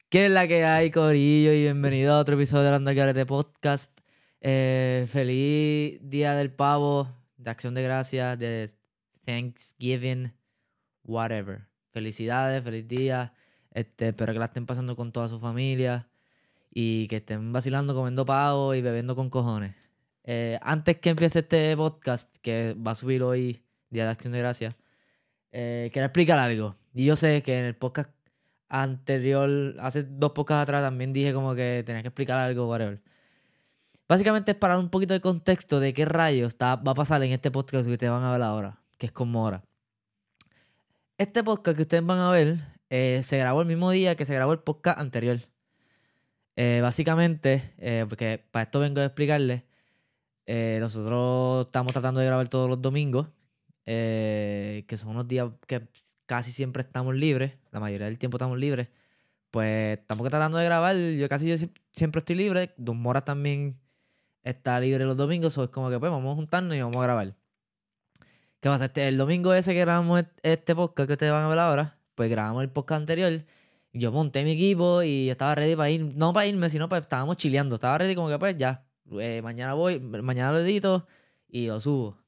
¿Qué es la que hay, corillo? Y bienvenido a otro episodio de Hablando Garete Podcast. Feliz Día del Pavo, de Acción de Gracias, de Thanksgiving, whatever. Felicidades, feliz día. Espero que la estén pasando con toda su familia y que estén vacilando, comiendo pavo y bebiendo con cojones. Antes que empiece este podcast, que va a subir hoy, Día de Acción de Gracias, quería explicar algo. Y yo sé que en el podcast anterior, hace 2 podcasts atrás, también dije como que tenía que explicar algo, whatever. Básicamente es para dar un poquito de contexto de qué rayos va a pasar en este podcast que ustedes van a ver ahora, que es como ahora. Este podcast que ustedes van a ver se grabó el mismo día que se grabó el podcast anterior. Básicamente, porque para esto vengo a explicarles, nosotros estamos tratando de grabar todos los domingos, que son unos días que casi siempre estamos libres, la mayoría del tiempo estamos libres. Pues estamos tratando de grabar, yo siempre estoy libre, Don Mora también está libre los domingos, o es como que pues vamos a juntarnos y vamos a grabar. ¿Qué pasa? El domingo ese que grabamos este podcast que ustedes van a ver ahora, pues grabamos el podcast anterior. Yo monté mi equipo y estaba ready para ir, no para irme, sino para estábamos chileando. Estaba ready como que pues ya, mañana lo edito y lo subo.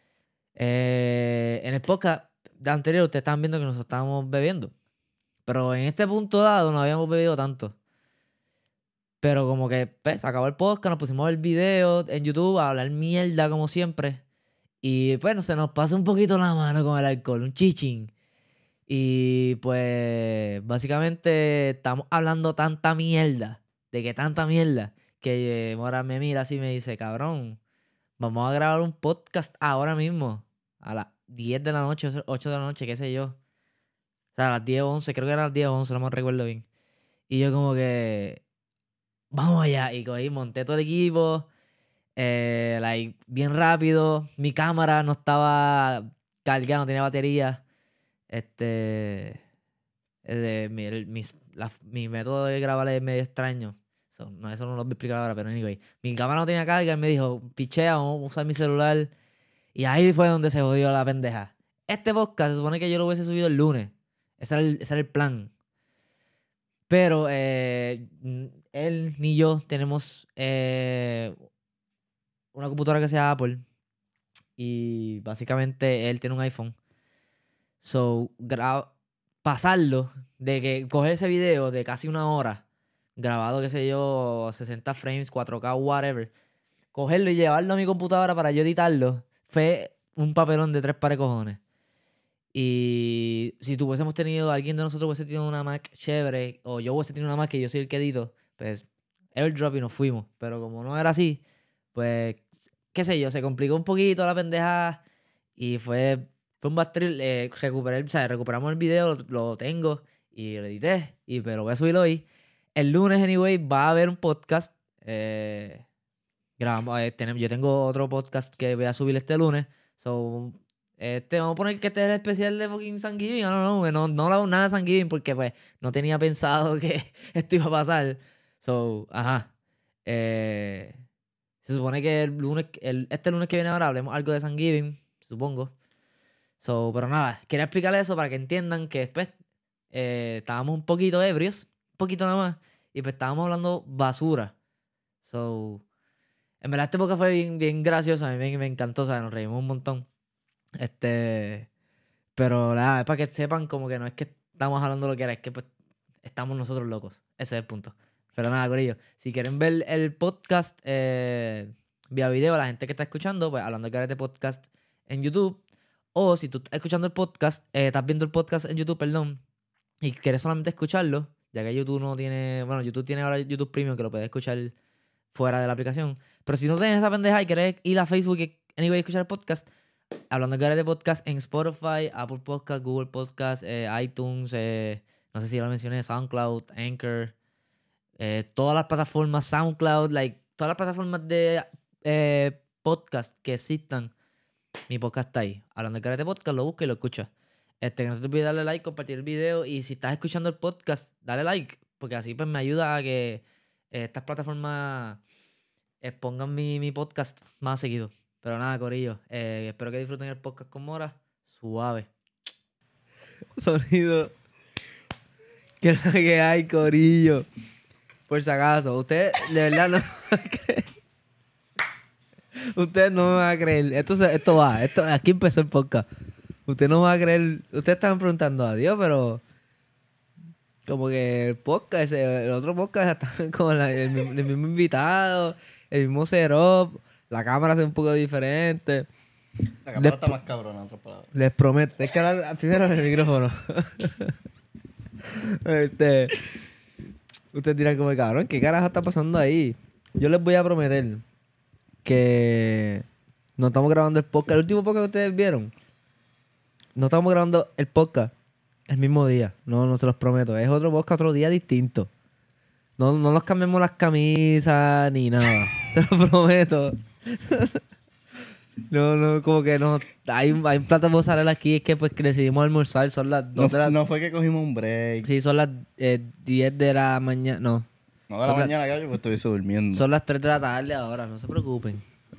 En el podcast anterior ustedes estaban viendo que nos estábamos bebiendo. Pero en este punto dado no habíamos bebido tanto. Pero como que pues, se acabó el podcast, nos pusimos el video en YouTube a hablar mierda como siempre. Y bueno, se nos pasa un poquito la mano con el alcohol, un chichín. Y pues básicamente estamos hablando tanta mierda, de que tanta mierda, que Mora me mira así y me dice, cabrón, vamos a grabar un podcast ahora mismo, a las 10 de la noche, 8 de la noche, qué sé yo. O sea, a las 10 o 11, creo que era a las 10 o 11, no me recuerdo bien. Y yo como que, vamos allá, y cogí, monté todo el equipo, bien rápido, mi cámara no estaba cargada, no tenía batería. Mi método de grabar es medio extraño. Eso no lo voy a explicar ahora, pero anyway. Mi cámara no tenía carga, él me dijo, pichea, vamos a usar mi celular. Y ahí fue donde se jodió la pendeja. Este podcast se supone que yo lo hubiese subido el lunes. Ese era el plan. Pero él ni yo tenemos una computadora que sea Apple. Y básicamente él tiene un iPhone. So, pasarlo, de que coger ese video de casi 1 hora, grabado, qué sé yo, 60 frames, 4K, whatever, cogerlo y llevarlo a mi computadora para yo editarlo, fue un papelón de 3 pares de cojones. Y si tuviésemos tenido, alguien de nosotros hubiese tenido una Mac chévere, o yo hubiese tenido una Mac que yo soy el que edito, pues airdrop y nos fuimos. Pero como no era así, pues, qué sé yo, se complicó un poquito la pendeja y fue un bastril. Recuperamos el video, lo tengo y lo edité, pero voy a subirlo hoy. El lunes, anyway, va a haber un podcast. Grabamos, yo tengo otro podcast que voy a subir este lunes. So, vamos a poner que este es el especial de fucking Thanksgiving. No hago nada de Thanksgiving porque pues no tenía pensado que esto iba a pasar. So, ajá. Eh, Se supone que este lunes que viene ahora hablemos algo de Thanksgiving, supongo. So, pero nada, quería explicarles eso para que entiendan que después estábamos un poquito ebrios, un poquito nada más, y pues estábamos hablando basura. So, en verdad esta época fue bien, bien graciosa, a mí me encantó, o sea, nos reímos un montón. Pero nada, es para que sepan como que no es que estamos hablando lo que era, es que pues estamos nosotros locos. Ese es el punto. Pero nada, corillo, si quieren ver el podcast vía video, la gente que está escuchando, pues hablando de este podcast en YouTube, o si tú estás escuchando el podcast, estás viendo el podcast en YouTube, perdón, y quieres solamente escucharlo, ya que YouTube no tiene, bueno, YouTube tiene ahora YouTube Premium que lo puedes escuchar fuera de la aplicación. Pero si no tienes esa pendeja y quieres ir a Facebook y anyway escuchar el podcast, hablando de podcast en Spotify, Apple Podcast, Google Podcast, iTunes, no sé si ya lo mencioné, SoundCloud, Anchor, todas las plataformas, SoundCloud, todas las plataformas de podcast que existan, mi podcast está ahí. Hablando de podcast, lo busca y lo escucha. Que no se te olvide darle like, compartir el video y si estás escuchando el podcast, dale like, porque así pues me ayuda a que estas plataformas pongan mi podcast más seguido. Pero nada, corillo. Espero que disfruten el podcast con Mora. Suave. Sonido. ¿Qué es lo que hay, corillo? Por si acaso, ustedes de verdad no me van a creer. Ustedes no me van a creer. Esto va. Aquí empezó el podcast. Ustedes no me van a creer. Ustedes estaban preguntando a Dios, pero... Como que el podcast, el otro podcast está con el mismo invitado, el mismo setup, la cámara es un poco diferente. La cámara está más cabrona, en otras palabras. Les prometo, es que hablar primero en el micrófono. Ustedes dirán como, cabrón, ¿qué carajo está pasando ahí? Yo les voy a prometer que no estamos grabando el podcast. El último podcast que ustedes vieron, no estamos grabando el podcast el mismo día. No se los prometo. Es otro podcast, otro día distinto. No nos cambiamos las camisas ni nada. Se lo prometo. No, como que no. Hay un plato de mozzarella aquí. Es que pues que decidimos almorzar. Son las 2 de la... No fue que cogimos un break. Sí, son las 10 de la mañana. No. No de la mañana, gallo, pues estuviese durmiendo. Son las 3 de la tarde ahora. No se preocupen.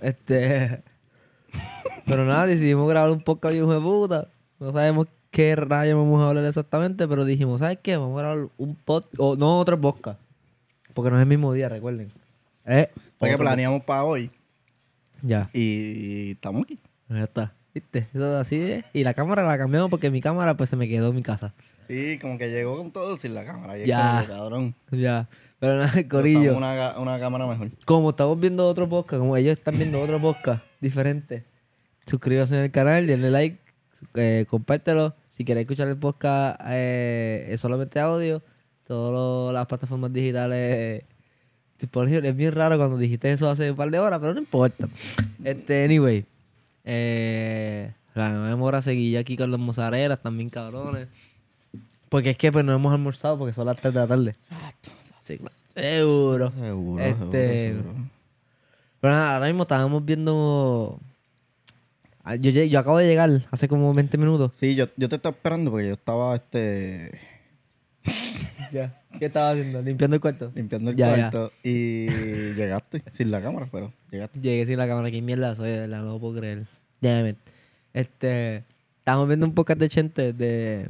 Pero nada, decidimos grabar un podcast de hijo de puta. No sabemos qué rayos vamos a hablar exactamente, pero dijimos, ¿sabes qué? Vamos a grabar un podcast, o no otro podcast, porque no es el mismo día, recuerden. Fue que planeamos para hoy Ya. y estamos aquí. Ya está. ¿Viste? Eso es así es. Y la cámara la cambiamos porque mi cámara pues se me quedó en mi casa. Sí, como que llegó con todo sin la cámara. Y es Ya. como que, cabrón. Ya. Pero nada, corillo. Usamos una cámara mejor. Como estamos viendo otro podcast, como ellos están viendo otro podcast diferente, suscríbase en el canal, denle like, compártelo. Si quieres escuchar el podcast es solamente audio, todas las plataformas digitales disponibles. Es bien raro cuando dijiste eso hace un par de horas, pero no importa. Anyway, la memoria seguía aquí con los mozarelas, también cabrones. Porque es que pues no hemos almorzado porque son las 3 de la tarde. Exacto. Sí, seguro. Seguro. Pero nada, ahora mismo estábamos viendo... Yo acabo de llegar hace como 20 minutos. Sí, yo te estaba esperando porque yo estaba Ya. ¿Qué estaba haciendo? ¿Limpiando el cuarto? limpiando el Ya. cuarto y llegaste sin la cámara, pero llegaste. Llegué sin la cámara. ¿Qué mierda soy? De verdad, no lo puedo creer. Damn it. Estábamos viendo un podcast de Chente de...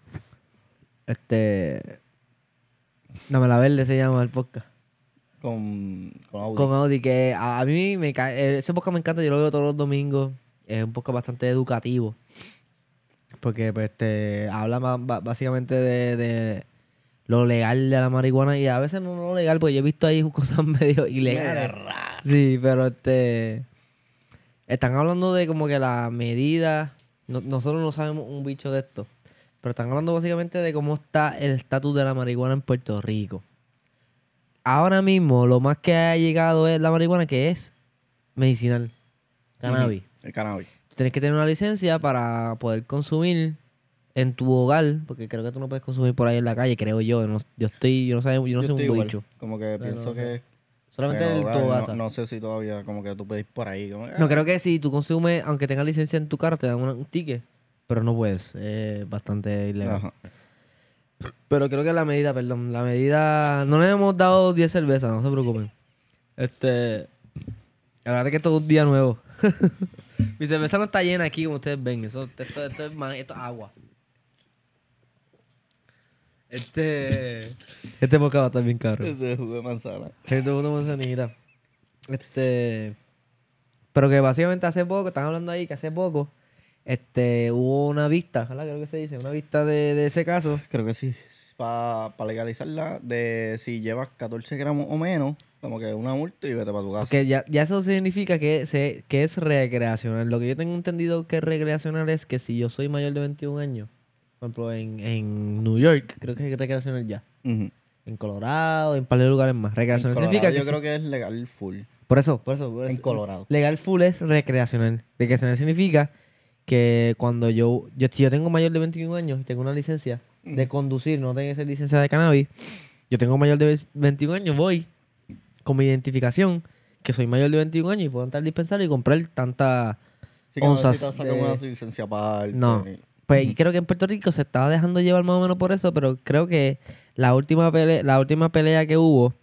Dame la verde se llama el podcast. Con Audi. Con Audi, que a mí me cae... Ese podcast me encanta, yo lo veo todos los domingos. Es un podcast bastante educativo. Porque pues habla básicamente de lo legal de la marihuana y a veces no lo legal, porque yo he visto ahí cosas medio ilegales. Sí, pero están hablando de como que la medida... nosotros no sabemos un bicho de esto. Pero están hablando básicamente de cómo está el estatus de la marihuana en Puerto Rico. Ahora mismo lo más que ha llegado es la marihuana, que es medicinal. Cannabis. El cannabis. Tú tienes que tener una licencia para poder consumir en tu hogar, porque creo que tú no puedes consumir por ahí en la calle, creo yo. Yo no soy un igual. bicho. Como que pienso no que... Solamente en en el hogar, tu casa. no sé si todavía como que tú puedes ir por ahí. Como, No, creo que si tú consumes, aunque tengas licencia en tu carro, te dan un ticket, pero no puedes. Bastante ilegal. Ajá. Pero creo que la medida... No le hemos dado 10 cervezas, no se preocupen. La verdad es que esto es un día nuevo. Mi cerveza no está llena aquí, como ustedes ven. Esto es agua. Este podcast va a estar bien caro. Ese jugo de manzana. Esto es una manzanita. Pero que básicamente hace poco, están hablando ahí que hace poco, hubo una vista, ¿verdad? Creo que se dice, una vista de ese caso. Creo que sí. Para legalizarla, de si llevas 14 gramos o menos, como que una multa y vete para tu casa. Porque ya eso significa que es recreacional. Lo que yo tengo entendido que es recreacional es que si yo soy mayor de 21 años, por ejemplo, en New York, creo que es recreacional ya. Ujú. En Colorado, en un par de lugares más. Recreacional En significa Colorado que yo creo que es legal full. Por eso. En Colorado. Legal full es recreacional. Recreacional significa que cuando si yo tengo mayor de 21 años y tengo una licencia de conducir, no tengo que ser licencia de cannabis, yo tengo mayor de 21 años, voy con mi identificación, que soy mayor de 21 años y puedo entrar al dispensario y comprar tantas Sí, que no onzas. necesitas sacar una licencia aparte. No. Pues y creo que en Puerto Rico se estaba dejando llevar más o menos por eso, pero creo que la última pelea que hubo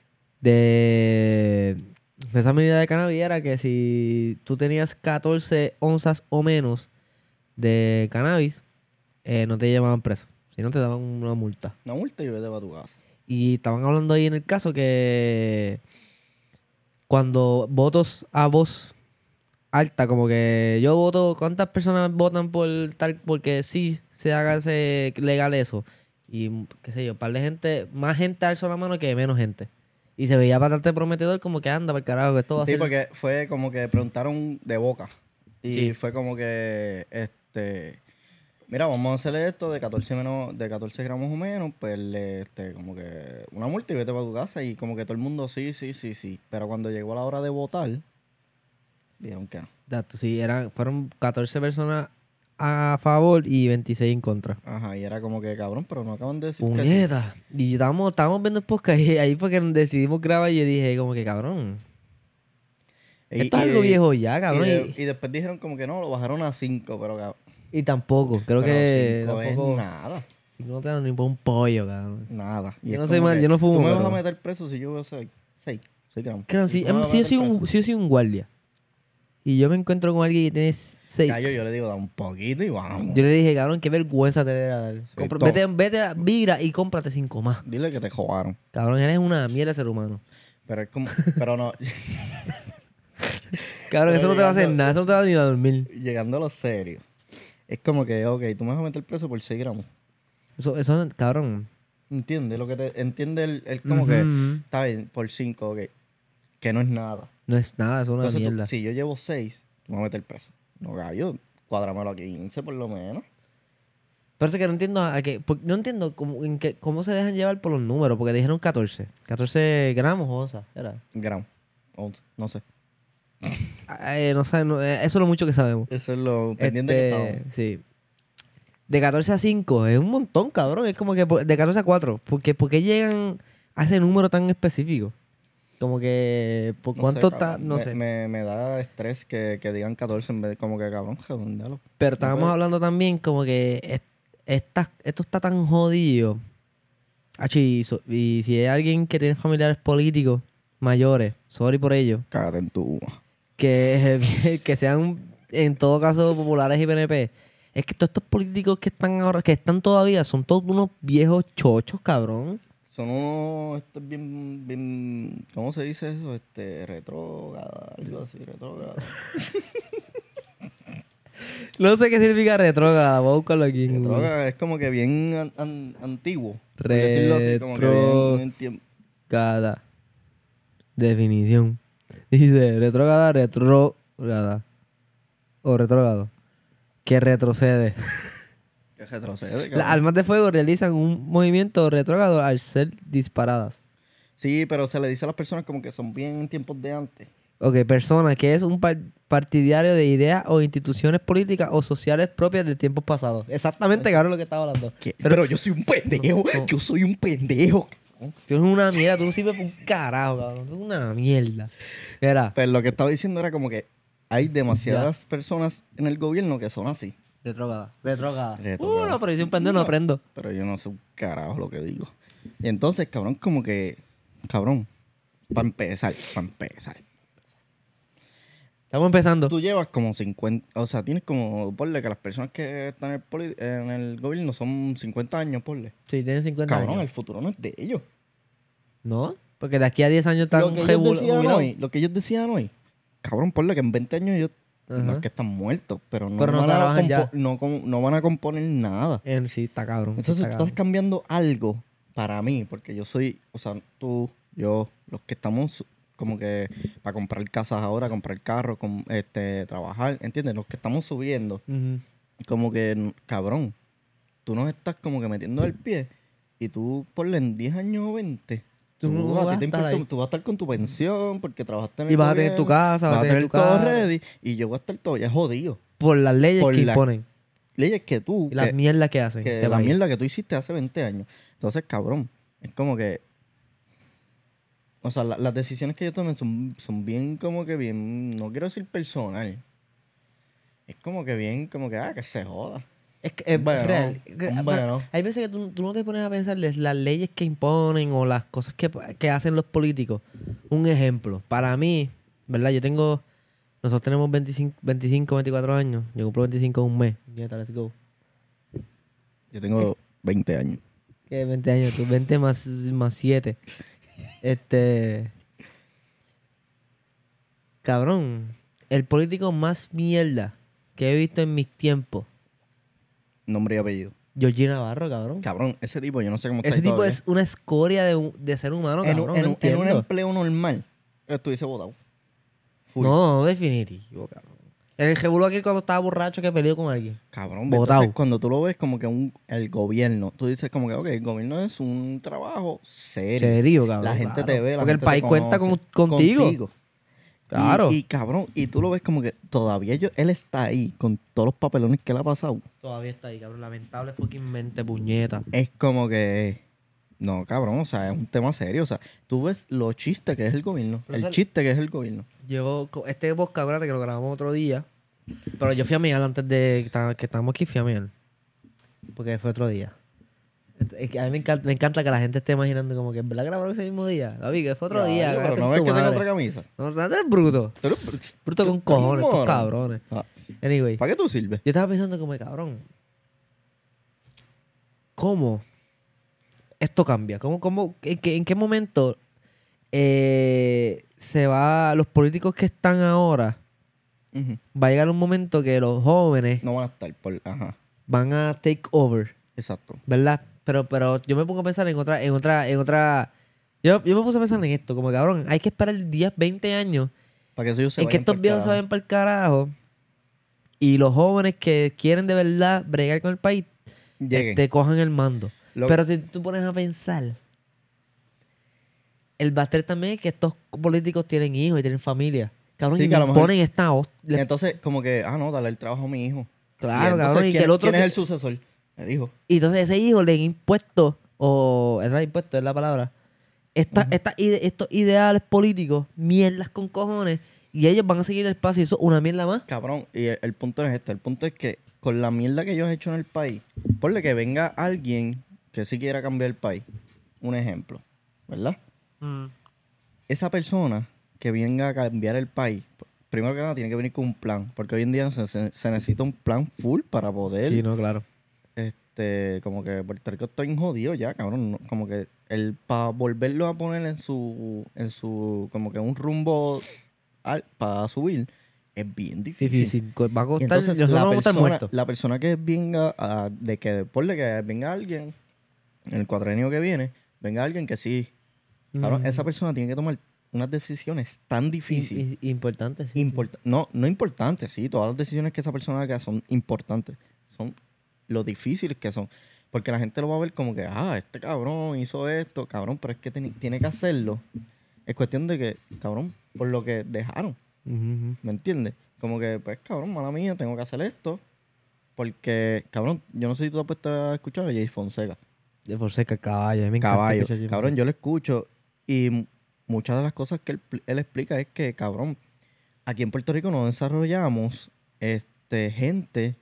de esa medida de cannabis era que si tú tenías 14 onzas o menos de cannabis, no te llevaban preso. Si no, te daban una multa. Una multa y vete para tu casa. Y estaban hablando ahí en el caso que cuando votos a voz alta, como que yo voto, ¿cuántas personas votan por tal? Porque sí se haga legal eso. Y qué sé yo, par de gente, más gente alzó la mano que menos gente. Y se veía bastante prometedor, como que anda, para el carajo, que esto va a Sí, ser. porque fue como que preguntaron de boca. Y Sí. fue como que, mira, vamos a hacerle esto de 14 gramos o menos, pues como que una multa y vete para tu casa. Y como que todo el mundo sí. Pero cuando llegó la hora de votar, dijeron que no. Dato, sí, fueron 14 personas a favor y 26 en contra. Ajá, y era como que cabrón, pero no acaban de decir que sí. Puñeta. Y estábamos viendo el podcast y ahí fue que decidimos grabar y yo dije como que cabrón. Esto es algo viejo ya, cabrón. Y después dijeron como que no, lo bajaron a 5, pero cabrón. Y tampoco, creo Pero que 5 tampoco. es nada. Si no te dan ni por un pollo, cabrón. Nada. Y Yo es no soy como mal, que yo no fumo, tú me vas pero- a meter preso si yo veo 6 gramos. Claro, Y si tú me vas a yo meter preso. soy un guardia y yo me encuentro con alguien que tiene 6. Gallo, yo le digo, da un poquito y vamos. Yo le dije, cabrón, qué vergüenza te debe dar. todo. Vete a Vira y cómprate 5 más. Dile que te jodaron. Cabrón, eres una mierda de ser humano. Pero es como, pero no, Cabrón, Pero eso no te va a hacer llegando- nada, eso no te va a ni a dormir. llegando a lo serio. Es como que, ok, tú me vas a meter preso por 6 gramos. Eso, cabrón. ¿Entiendes? Entiende el como que, Ujú. está bien, por 5, ok. Que no es nada. No es nada, eso es una Entonces, mierda. si yo llevo 6, tú me vas a meter preso. No, gallo, cuádramelo a 15 por lo menos. Pero es que no entiendo no entiendo cómo se dejan llevar por los números, porque dijeron 14. 14 gramos o onza, era. Gramos. 11, no sé. No sé, eso es lo mucho que sabemos. Eso es lo pendiente que estamos. Sí. De 14 a 5 es un montón, cabrón. Es como que de 14 a 4. ¿Por qué llegan a ese número tan específico? Como que, ¿por No cuánto sé, está? cabrón. No me, sé. me da estrés que digan 14 en vez de como que cabrón, redondalo. Pero estábamos hablando también como que esto está tan jodido. Y si hay alguien que tiene familiares políticos mayores, sorry por ello, Cágate en tu... que sean en todo caso populares y PNP, es que todos estos políticos que están ahora, que están todavía, son todos unos viejos chochos, cabrón. Son unos, bien, ¿cómo se dice eso? Retrógrada, algo así, retrógrada. No sé qué significa retrógrada, voy a buscarlo aquí. en Google. Retrógrada es como que bien antiguo. Por decirlo así, como que bien en tiempo. Retrógrada. Definición. Dice retrógrada. O retrógrado. Que retrocede. Que retrocede, Las cabrón. armas de fuego realizan un movimiento retrógrado al ser disparadas. Sí, pero se le dice a las personas como que son bien en tiempos de antes. Ok, persona que es un partidario de ideas o instituciones políticas o sociales propias de tiempos pasados. Exactamente, cabrón, lo que estaba hablando. Pero yo soy un pendejo. No. Yo soy un pendejo. Tú eres una mierda, tú no sirves para un carajo, cabrón. Tú eres una mierda. Mira, Pero lo que estaba diciendo era como que hay demasiadas personas en el gobierno que son así. retrógrada. Retrógrada. No, pero yo soy un pendejo, no aprendo. Pero yo no sé un carajo lo que digo. Y entonces, cabrón, como que... Cabrón, para empezar. Estamos empezando. Tú llevas como 50... O sea, tienes como... Ponle que las personas que están en el gobierno son 50 años, ponle. Sí, tienes 50 Cabrón, años. el futuro no es de ellos. ¿No? Porque de aquí a 10 años están Lo que ellos decían hoy. Cabrón, ponle que en 20 años ellos... Ajá. No es que están muertos, pero no, Pero no van, a trabajan ya. no van a componer nada. Sí, está cabrón. Entonces está tú cabrón. estás cambiando algo para mí, porque yo soy, o sea, tú, yo, los que estamos como que para comprar casas ahora, comprar carros, trabajar, ¿entiendes? Los que estamos subiendo, Ujú. como que, cabrón, tú nos estás como que metiendo el pie y tú ponle en 10 años o 20. Tú no a vas ti te a estar importa- ahí. tú vas a estar con tu pensión porque trabajaste en el Y vas a tener tu gobierno, casa, vas a tener tu todo carro. ready y yo voy a estar todo ya jodido. Por las leyes Por que la- imponen. Leyes que tú, Y las mierdas que hacen. que este la país. mierda que tú hiciste hace 20 años. Entonces, cabrón, es como que... O sea, las decisiones que yo tomé son bien como que bien... No quiero decir personal. Es como que bien, como que, que se joda. Es que es Bueno, real. bueno. Hay veces que tú no te pones a pensar las leyes que imponen o las cosas que hacen los políticos. Un ejemplo. Para mí, ¿verdad? Nosotros tenemos 25, 24 años. Yo cumplo 25 en un mes. Nieta, let's go. Yo tengo 20 años. ¿Qué 20 años? Tú 20 más 7. Cabrón, el político más mierda que he visto en mis tiempos, Nombre y apellido. Georgie Navarro, cabrón. Cabrón, ese tipo, yo no sé cómo está Ese ahí tipo todavía. es una escoria de ser humano, En, cabrón. No en un entiendo. empleo normal, estuviese votado. Full. No, definitivo, cabrón. En el revuelo aquí cuando estaba borracho que peleó con alguien. Cabrón, Votado. entonces cuando tú lo ves como que el gobierno, tú dices como que, ok, el gobierno es un trabajo serio. Serio, cabrón. La gente claro. te ve, la Porque el gente país te cuenta conoce. contigo. Claro. Y cabrón, y tú lo ves como que todavía él está ahí con todos los papelones que le ha pasado. Todavía está ahí, cabrón. Lamentable fucking mente, puñeta. Es como que, no, cabrón, o sea, es un tema serio. O sea, tú ves lo chiste que es el gobierno, Pero el eso- chiste que es el gobierno. Llegó este podcast, acuérdate que lo grabamos otro día. Pero yo fui a mirar antes de que estábamos aquí, fui a mirar. Porque fue otro día. Es que a mí me encanta que la gente esté imaginando como que en verdad grabaron ese mismo día. David, que fue otro día. Pero cágate no en ves tu que tengo madre. otra camisa. No, no eres bruto. Tú eres- Bruto con tú eres cojones, estos morón. cabrones. Ah, Anyway, ¿para qué tú sirves? yo estaba pensando como, cabrón, ¿cómo esto cambia? En qué momento se va, los políticos que están ahora, Ujú. va a llegar un momento que los jóvenes No van a estar por... Ajá, van a take over, exacto. ¿verdad? Pero yo me pongo a pensar en otra. Yo me puse a pensar en esto, como cabrón, hay que esperar 10, 20 años Para que ellos se en que vayan estos pa'l viejos se carajo. vayan para el carajo y los jóvenes que quieren de verdad bregar con el país Lleguen. cojan el mando. Lo- Pero si tú pones a pensar, el bastel también es que estos políticos tienen hijos y tienen familia. Cabrón, Sí, y que le a lo mejor- imponen esta Entonces, como que, no, dale el trabajo a mi hijo. Claro, entonces, cabrón, y que ¿quién, el otro quién es que- el sucesor? El hijo. Y entonces ese hijo le han impuesto, o es la impuesto, es la palabra, estos ideales políticos, mierdas con cojones, y ellos van a seguir el paso y eso es una mierda más. Cabrón, y el punto no es esto. El punto es que con la mierda que ellos han hecho en el país, ponle que venga alguien que sí quiera cambiar el país. Un ejemplo, ¿verdad? Esa persona que venga a cambiar el país, primero que nada tiene que venir con un plan, porque hoy en día se necesita un plan full para poder, Sí, no, claro. como que Puerto Rico está bien jodido ya, cabrón, como que para volverlo a poner como que un rumbo para subir, es bien difícil. Difícil. Va a Y costar, entonces nosotros vamos a estar muertos. la persona que venga, ponle que venga alguien, en el cuatrenio que viene, venga alguien que sí, cabrón, esa persona tiene que tomar unas decisiones tan difíciles. Importante, sí. No importantes, sí. Todas las decisiones que esa persona haga son importantes. Son lo difíciles que son. Porque la gente lo va a ver como que, este cabrón hizo esto, cabrón, pero es que tiene que hacerlo. Es cuestión de que, cabrón, por lo que dejaron. Ujú. ¿Me entiendes? Como que, pues, cabrón, mala mía, tengo que hacer esto. Porque, cabrón, yo no sé si tú te has puesto a escuchar a Jay Fonseca. De Fonseca, caballo. A mí me encanta Caballo. escuchar Jay Cabrón, Fonseca. yo lo escucho y muchas de las cosas que él explica es que, cabrón, aquí en Puerto Rico no desarrollamos gente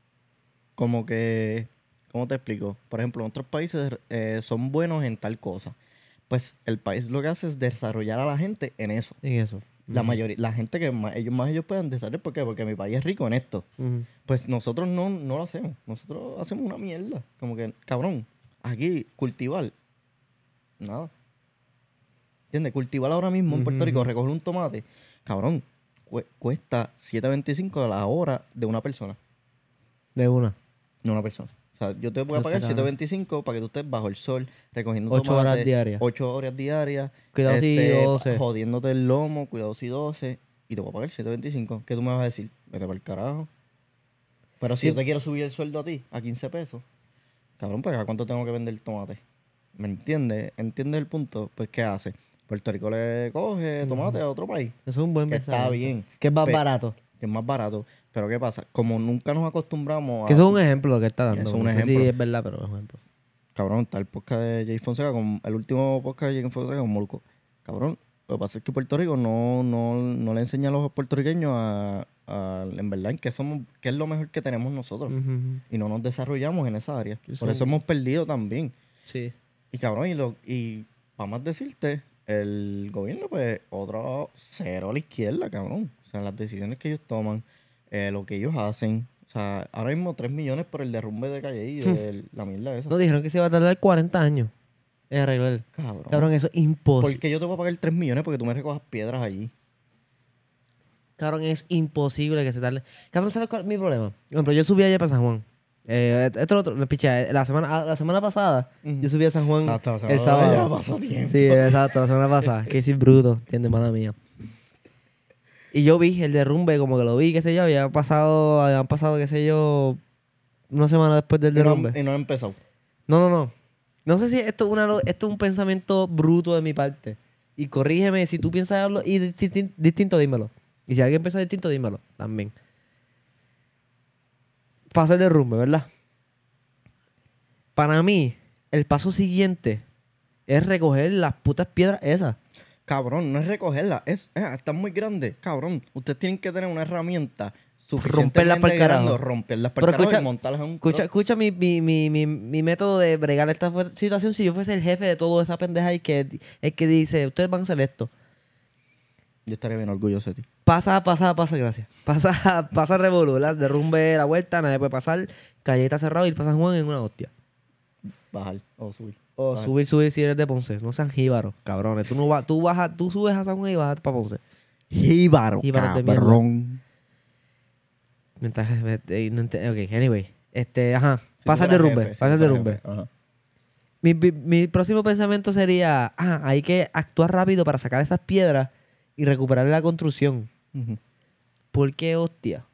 como que, ¿cómo te explico? Por ejemplo, en otros países son buenos en tal cosa. Pues el país lo que hace es desarrollar a la gente en eso. En eso. La mayoría, la gente que ellos puedan desarrollar, ¿por qué? Porque mi país es rico en esto. Ujú. Pues nosotros no lo hacemos. Nosotros hacemos una mierda. Como que, cabrón, aquí cultivar, nada. ¿Entiendes? Cultivar ahora mismo en Puerto Rico, Ujú. recoger un tomate, cabrón, cuesta $7.25 a la hora de una persona. De una. No una persona. O sea, yo te voy a Eso pagar está cabrón. $7.25 para que tú estés bajo el sol, recogiendo 8 tomate. horas diarias. 8 horas diarias. Cuidado si 12. Jodiéndote el lomo, cuidado si 12. Y te voy a pagar $7.25. ¿Qué tú me vas a decir? Vete para el carajo. Pero si Sí. yo te quiero subir el sueldo a ti a 15 pesos, cabrón, pues ¿a cuánto tengo que vender el tomate? ¿Me entiendes? ¿Entiendes el punto? Pues ¿qué hace? Puerto Rico le coge tomate a otro país, Eso es un buen que está pensamiento. bien, Que es más Pe- barato. que es más barato. Pero ¿qué pasa? Como nunca nos acostumbramos a... Que eso es un ejemplo lo que está dando. Eso es un No sé si ejemplo. es verdad, pero es un ejemplo. Cabrón, está el podcast de Jay Fonseca, el último podcast de Jay Fonseca con Molusco. Cabrón, lo que pasa es que Puerto Rico no le enseña a los puertorriqueños en verdad, en qué es lo mejor que tenemos nosotros. Ujú. Y no nos desarrollamos en esa área. Eso- Por eso hemos perdido también. Sí. Y cabrón, y para más decirte, el gobierno, pues, otro cero a la izquierda, cabrón. O sea, las decisiones que ellos toman, lo que ellos hacen, O sea, ahora mismo 3 millones por el derrumbe de Calle y de la mierda esa. No, dijeron que se iba a tardar 40 años en arreglar. Cabrón. Cabrón, eso es imposible. ¿Por qué yo te voy a pagar 3 millones porque tú me recojas piedras allí? Cabrón, es imposible que se tarde. Cabrón, ¿sabes cuál es mi problema? Por ejemplo, yo subí ayer para San Juan. Esto es lo otro, picha, la semana pasada yo subí a San Juan Exacto, el sábado. Ya pasó tiempo. Sí, exacto, la semana pasada. Que sí, bruto, ¿entiendes? Mala mía. Y yo vi el derrumbe, como que lo vi, qué sé yo, habían pasado, qué sé yo, una semana después del derrumbe. Y no ha empezado. No. No sé si esto es un pensamiento bruto de mi parte. Y corrígeme, si tú piensas algo y distinto, dímelo. Y si alguien piensa distinto, dímelo también. Pasó el derrumbe, ¿verdad? Para mí, el paso siguiente es recoger las putas piedras esas. Cabrón, no es recogerla. Están muy grandes. Cabrón, ustedes tienen que tener una herramienta Romperlas para el carajo. Romperlas para Pero el carajo y montarlas en un escucha mi método de bregar esta situación. Si yo fuese el jefe de toda esa pendeja y que el que dice, ustedes van a hacer esto. Yo estaría bien orgulloso de ti. Pasa, gracias. Pasa revolú, ¿verdad? Derrumbe la vuelta, nadie puede pasar. Calleta cerrado y ir para San Juan en una hostia. Bajar o subir. O Bajar. subir si eres de Ponce. No sean jíbaros, cabrones. Tú subes a San Juan y bajas para Ponce. Jíbaro, Jíbaros de mierda. cabrón. Ok, anyway. Ajá. Si Pasa el tú fueras derrumbe. jefe, Pasa el si tú fueras derrumbe. jefe. Ajá. Mi próximo pensamiento sería, hay que actuar rápido para sacar esas piedras y recuperar la construcción. Ujú. ¿Por qué hostia?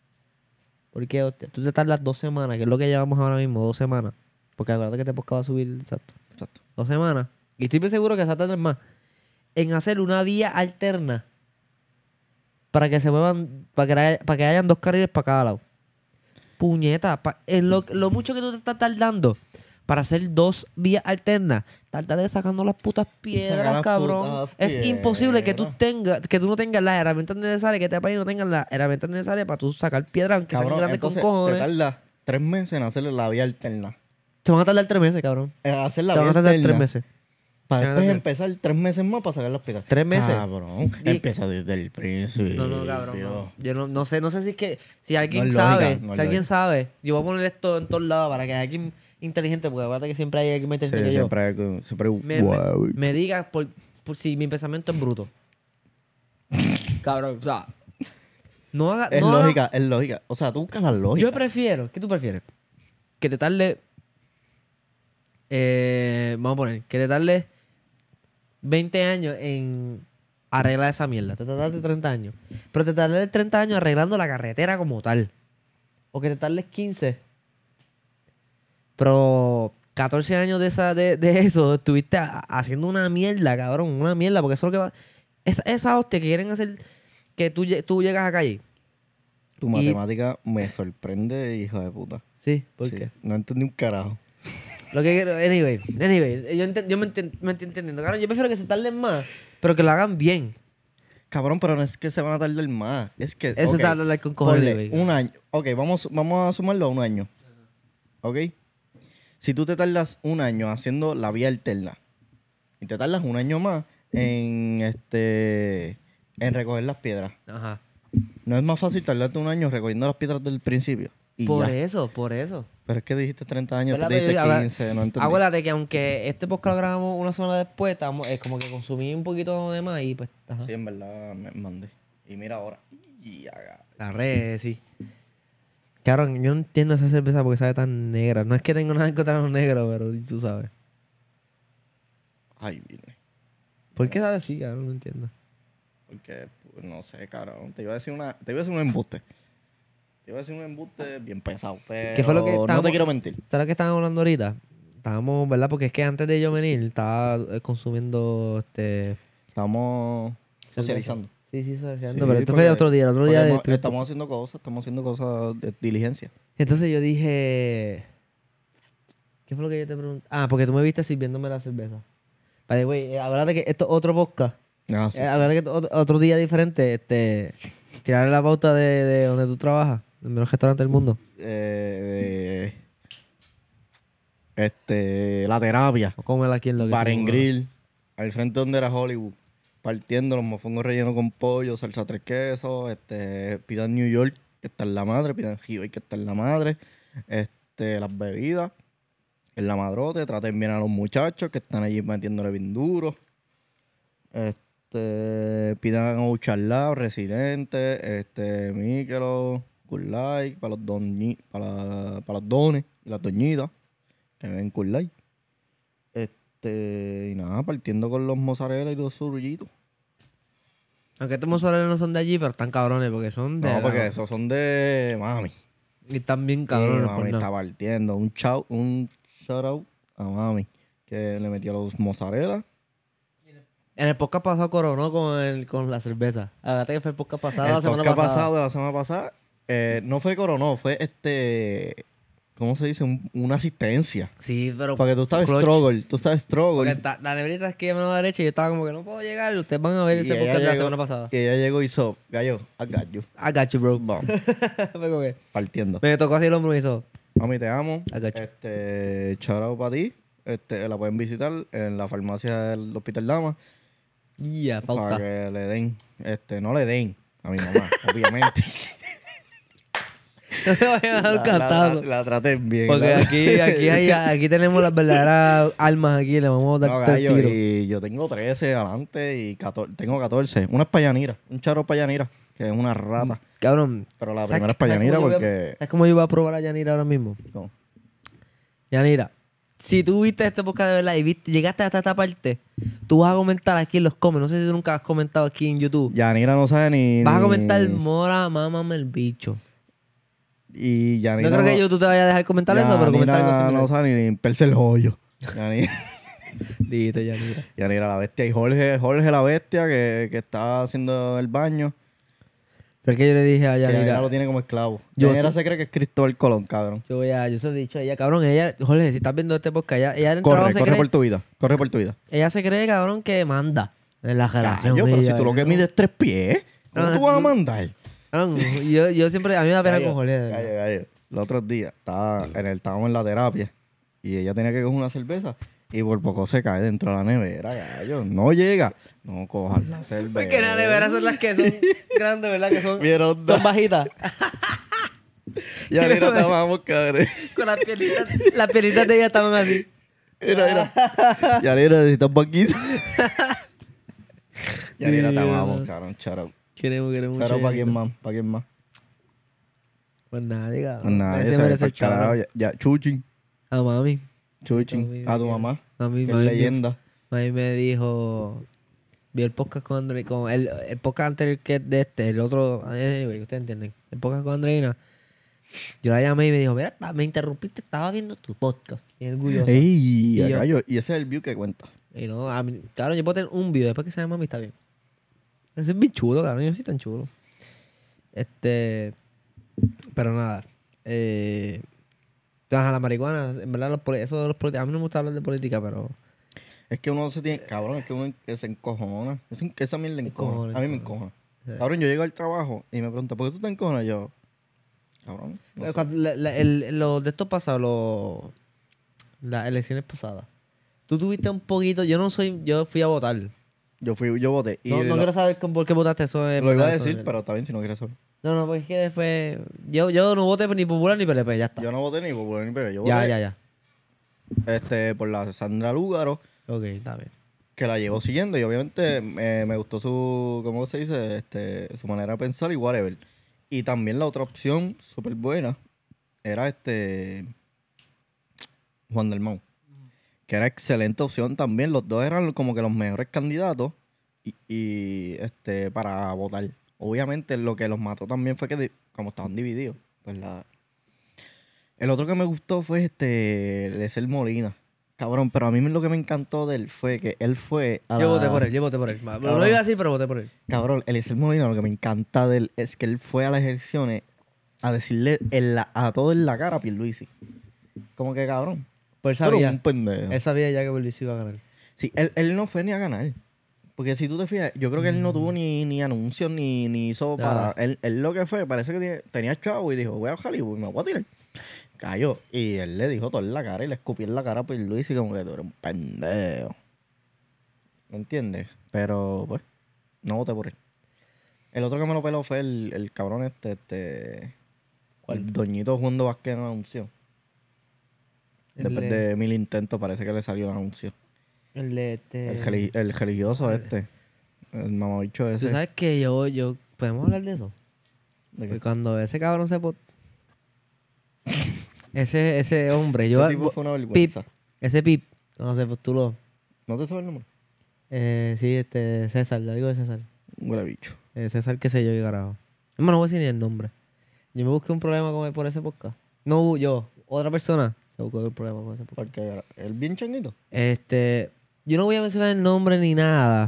Tú te tardas 2 semanas, que es lo que llevamos ahora mismo, 2 semanas. Porque acuérdate que te va a subir, exacto. 2 semanas. Y estoy bien seguro que se va a tardar más en hacer una vía alterna para que se muevan, para que hayan 2 carriles para cada lado. Puñeta, en lo mucho que tú te estás tardando para hacer 2 vías alternas, tárdate sacando las putas piedras, las cabrón. putas Es imposible que tú piedras. no tengas las herramientas necesarias, que este país no tenga las herramientas necesarias para tú sacar piedras, aunque sean Cabrón, grandes con entonces cojones. te tardas 3 meses en hacerle la vía alterna. Te van a tardar 3 meses, cabrón. Hacer la Te van vía a tardar alterna. 3 meses. Para Te van a después tardar- empezar 3 meses más para sacar las piedras. 3 meses. Cabrón, empieza desde el principio. No, cabrón. No. Yo no sé si es que si alguien No es sabe, lógica, no es si alguien lógica. sabe, yo voy a poner esto en todos lados para que alguien inteligente, porque acuérdate que siempre hay alguien más Sí, inteligente que yo. siempre Me diga por si mi pensamiento es bruto. Cabrón, o sea, no haga. Es no haga- lógica, es lógica. O sea, tú buscas la lógica. Yo prefiero, ¿qué tú prefieres? Que te tarde. Vamos a poner, que te tarde 20 años en arreglar esa mierda. Te tardes 30 años. Pero te tardes 30 años arreglando la carretera como tal. O que te tardes 15. Pero 14 años de eso estuviste haciendo una mierda, cabrón. Una mierda, porque eso es lo que va. Esa hostia que quieren hacer que tú llegas acá allí. Tu matemática me sorprende, hijo de puta. Sí, ¿por Sí, qué? no entendí un carajo. Lo que quiero, anyway, yo me estoy entendiendo. Cabrón, yo prefiero que se tarden más, pero que lo hagan bien. Cabrón, pero no es que se van a tardar más. Es que. Eso ok, está hablar con cojones, ponle güey. un año. Ok, vamos a sumarlo a un año. Ok. Si tú te tardas un año haciendo la vía alterna y te tardas un año más en recoger las piedras, Ajá. ¿no es más fácil tardarte un año recogiendo las piedras del principio? Y Por ya. eso. Pero es que dijiste 30 años, ¿Verdad? tú dijiste Pero, 15, no entendí. Acuérdate que aunque este podcast lo grabamos una semana después, es como que consumí un poquito de más y pues, ajá. Sí, en verdad me mandé. Y mira ahora. Y haga. La red, sí. Cabrón, yo no entiendo esa cerveza porque sabe tan negra. No es que tenga nada en contra de los negros, pero tú sabes. Ay, vine. ¿Por qué sabe así, cabrón? No entiendo. Porque, pues, no sé, cabrón. Te iba a decir un embuste. Te iba a decir un embuste bien pesado, pero ¿Qué fue lo que no estábamos- te quiero mentir. ¿Sabes lo que estábamos hablando ahorita? Estábamos, ¿verdad? Porque es que antes de yo venir, estaba consumiendo Estamos cerveza. socializando. Sí, socializando. Sí, pero esto fue de otro día, Estamos haciendo cosas de diligencia. Entonces yo dije... ¿Qué fue lo que yo te pregunté? Ah, porque tú me viste sirviéndome la cerveza. Vale, güey, acuérdate que esto es otro podcast. Ah, sí. Acuérdate que esto es otro día diferente. Tirarle la pauta de donde tú trabajas. El mejor restaurante del mundo. La terapia. O cómela aquí en lo que Bar tú- and Grill. Al frente donde era Hollywood. Partiendo los mofongos rellenos con pollo, salsa tres quesos, pidan New York, que está en la madre, pidan G-Bake, que está en la madre, las bebidas, en la madrote, traten bien a los muchachos que están allí metiéndole bien duro. Pidan Ouchalao, Residente, Míquelo, Cool Light, para los dones y las doñitas, que ven Cool Light. Y nada, partiendo con los mozzarella y los surullitos. Aunque estos mozzarella no son de allí, pero están cabrones porque son de... No, porque esos son de mami. Y están bien Sí, cabrones. mami Pues, está partiendo. Un shout out a mami, que le metió los mozzarella. En el podcast pasado coronó con la cerveza. Agatha que fue el podcast pasado la semana podcast pasada. pasado de la semana pasada, no fue coronó, fue ¿cómo se dice? Una asistencia. Sí, pero... Porque tú estabas clutch. struggle. Porque la negrita es que a mano derecha y yo estaba como que no puedo llegar. Ustedes van a ver ese podcast de la semana pasada. Y ella llegó y hizo, gallo, I got you. I got you, bro. Vamos, Fue como que partiendo. me tocó así el hombro y hizo... Mami, te amo. I got you. Shout out para ti. La pueden visitar en la farmacia del Hospital Dama. Yeah, Para pauta. que le den, no le den a mi mamá, obviamente. No le vayan a dar un cantazo. La traten bien. Porque aquí tenemos las verdaderas almas aquí. Le vamos a No, dar todo el gallo, tiro. y yo tengo 13 adelante y tengo 14. Una es payanira, un charo payanira, que es una rata. Cabrón. Pero la ¿sabes primera es cómo payanira yo voy a- porque... ¿Sabes cómo yo iba a probar a Yanira ahora mismo? No. Yanira, si tú viste este podcast de verdad y llegaste hasta esta parte, tú vas a comentar aquí en los comments. No sé si tú nunca has comentado aquí en YouTube. Yanira no sabe ni... Vas a ni- comentar, Mora, mámame el bicho. Y Yanira... No creo que YouTube te vaya a dejar comentar eso, pero comenta algo Yanira similar. no sabe ni limpiarse el hoyo. Yanira, Dito, Yanira. Yanira la bestia. Y Jorge la bestia que está haciendo el baño. ¿Sabes que yo le dije a Que Yanira Yanira? lo tiene como esclavo. Yo Yanira sé- se cree que es Cristóbal Colón, cabrón. Yo se lo he dicho a ella, cabrón. Ella, Jorge, si estás viendo este podcast, ella en el trabajo se Corre cree... por tu vida. Corre por tu vida. Ella se cree, cabrón, que manda en la relación. Gallo, pero si ella, tú lo que ¿no? mides 3 pies, ¿cómo Ah, tú vas a tú- mandar? Cabrón, yo siempre... A mí me da pena con Jorge. de verdad. Gallo. Los otros días estábamos en la terapia y ella tenía que coger una cerveza y por poco se cae dentro de la nevera, gallo. No llega. No cojas la cerveza. Porque las neveras son las que son grandes, ¿verdad? Que son, Vieron son bajitas. Ya mira, te amamos, cabrón. Con las piernitas de ella estaban así. Mira. Ya mira, necesitas un banquito. Ya mira, te amamos, cabrón. Charo. Queremos mucho. Charo, ¿para quién más? ¿Para quién más? Pues nadie, cabrón. Pues nada, Nadie ese se merece el pa'l carajo. chavo. Ya, Chuchin. A mami. Chuchin. A tu mamá. A mí, Que es leyenda. mami me dijo... Vi el podcast con Andreina, con el podcast anterior que de el otro, anyway, ustedes entienden. El podcast con Andreina. Yo la llamé y me dijo, mira, me interrumpiste, estaba viendo tu podcast. Y orgulloso. Ey, Y yo- gallo, y ese es el view que cuenta. Y no, claro, yo puedo tener un video después que se llama mami, está bien. Ese es bien chulo, cabrón, yo no soy tan chulo. Pero nada. Ajá, la marihuana, en verdad, eso de los políticos, a mí no me gusta hablar de política, pero... Es que uno se tiene... Cabrón, es que uno se encojona. Esa mierda le encojona. A mí me encojona. Cabrón, yo llego al trabajo y me pregunta, ¿por qué tú te encojonas? Y yo... Cabrón. no sé. Cuando lo de estos pasados, las elecciones pasadas, tú tuviste un poquito, yo fui a votar. Yo voté. Y No quiero saber por qué votaste eso. lo iba a decir, pero está bien si no quieres saber. No, porque es que después, yo no voté ni popular ni PNP, ya está. Yo no voté ni popular ni pero yo ya, voté ya. por la Sandra Lúgaro, Ok, está bien. que la llevo siguiendo y obviamente me gustó su, ¿cómo se dice? Su manera de pensar y whatever. Y también la otra opción súper buena era Juan del Mau, que era excelente opción también. Los dos eran como que los mejores candidatos y para votar. Obviamente lo que los mató también fue que como estaban divididos, pues el otro que me gustó fue Lesel Molina. Cabrón, pero a mí lo que me encantó de él fue que él fue a Yo la- voté por él. No Cabrón. lo iba así, pero voté por él. Cabrón, Eliezer Molina, lo que me encanta de él es que él fue a las elecciones a decirle a todo en la cara a Pierluisi. Como que, cabrón, Pues tú eres sabía, un pendejo. él sabía ya que Luis iba a ganar. Sí, él no fue ni a ganar. Porque si tú te fijas, yo creo que él no tuvo ni anuncios ni hizo Nada. para... Él lo que fue, parece que tenía chavo y dijo, voy a Hollywood y me voy a tirar. Cayó. Y él le dijo todo en la cara y le escupió en la cara a Pierluisi como que tú eres un pendejo. ¿Me entiendes? Pero, pues, no voté por él. El otro que me lo peló fue el cabrón el doñito jugando básquet en la anuncio. Después de 1000 intentos parece que le salió el anuncio. El de El religioso el mamabicho ese. Tú sabes que yo... ¿Podemos hablar de eso? ¿De qué? Porque cuando ese cabrón se... ese hombre, Ese tipo fue una vergüenza. ese Pip, no se postuló. ¿No te sabes el nombre? Sí, César, algo de César. Huele bicho. César, qué sé yo, qué carajo. No voy a decir ni el nombre. Yo me busqué un problema con él por ese podcast. No yo, otra persona se buscó el problema con ese podcast. Porque él bien changuito. Yo no voy a mencionar el nombre ni nada.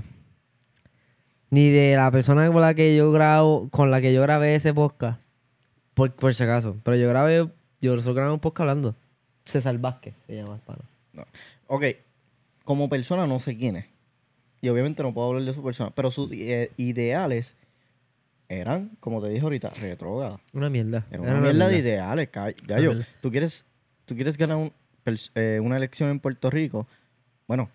Ni de la persona con la que yo grabé ese podcast. Por si acaso. Pero nosotros grabamos un podcast hablando. César Vázquez se llama el pana. No. Ok, como persona no sé quién es. Y obviamente no puedo hablar de su persona. Pero sus ideales eran, como te dije ahorita, retrógradas. Una mierda. Era una mierda de ideales, gallo. Tú quieres ganar una elección en Puerto Rico. Bueno,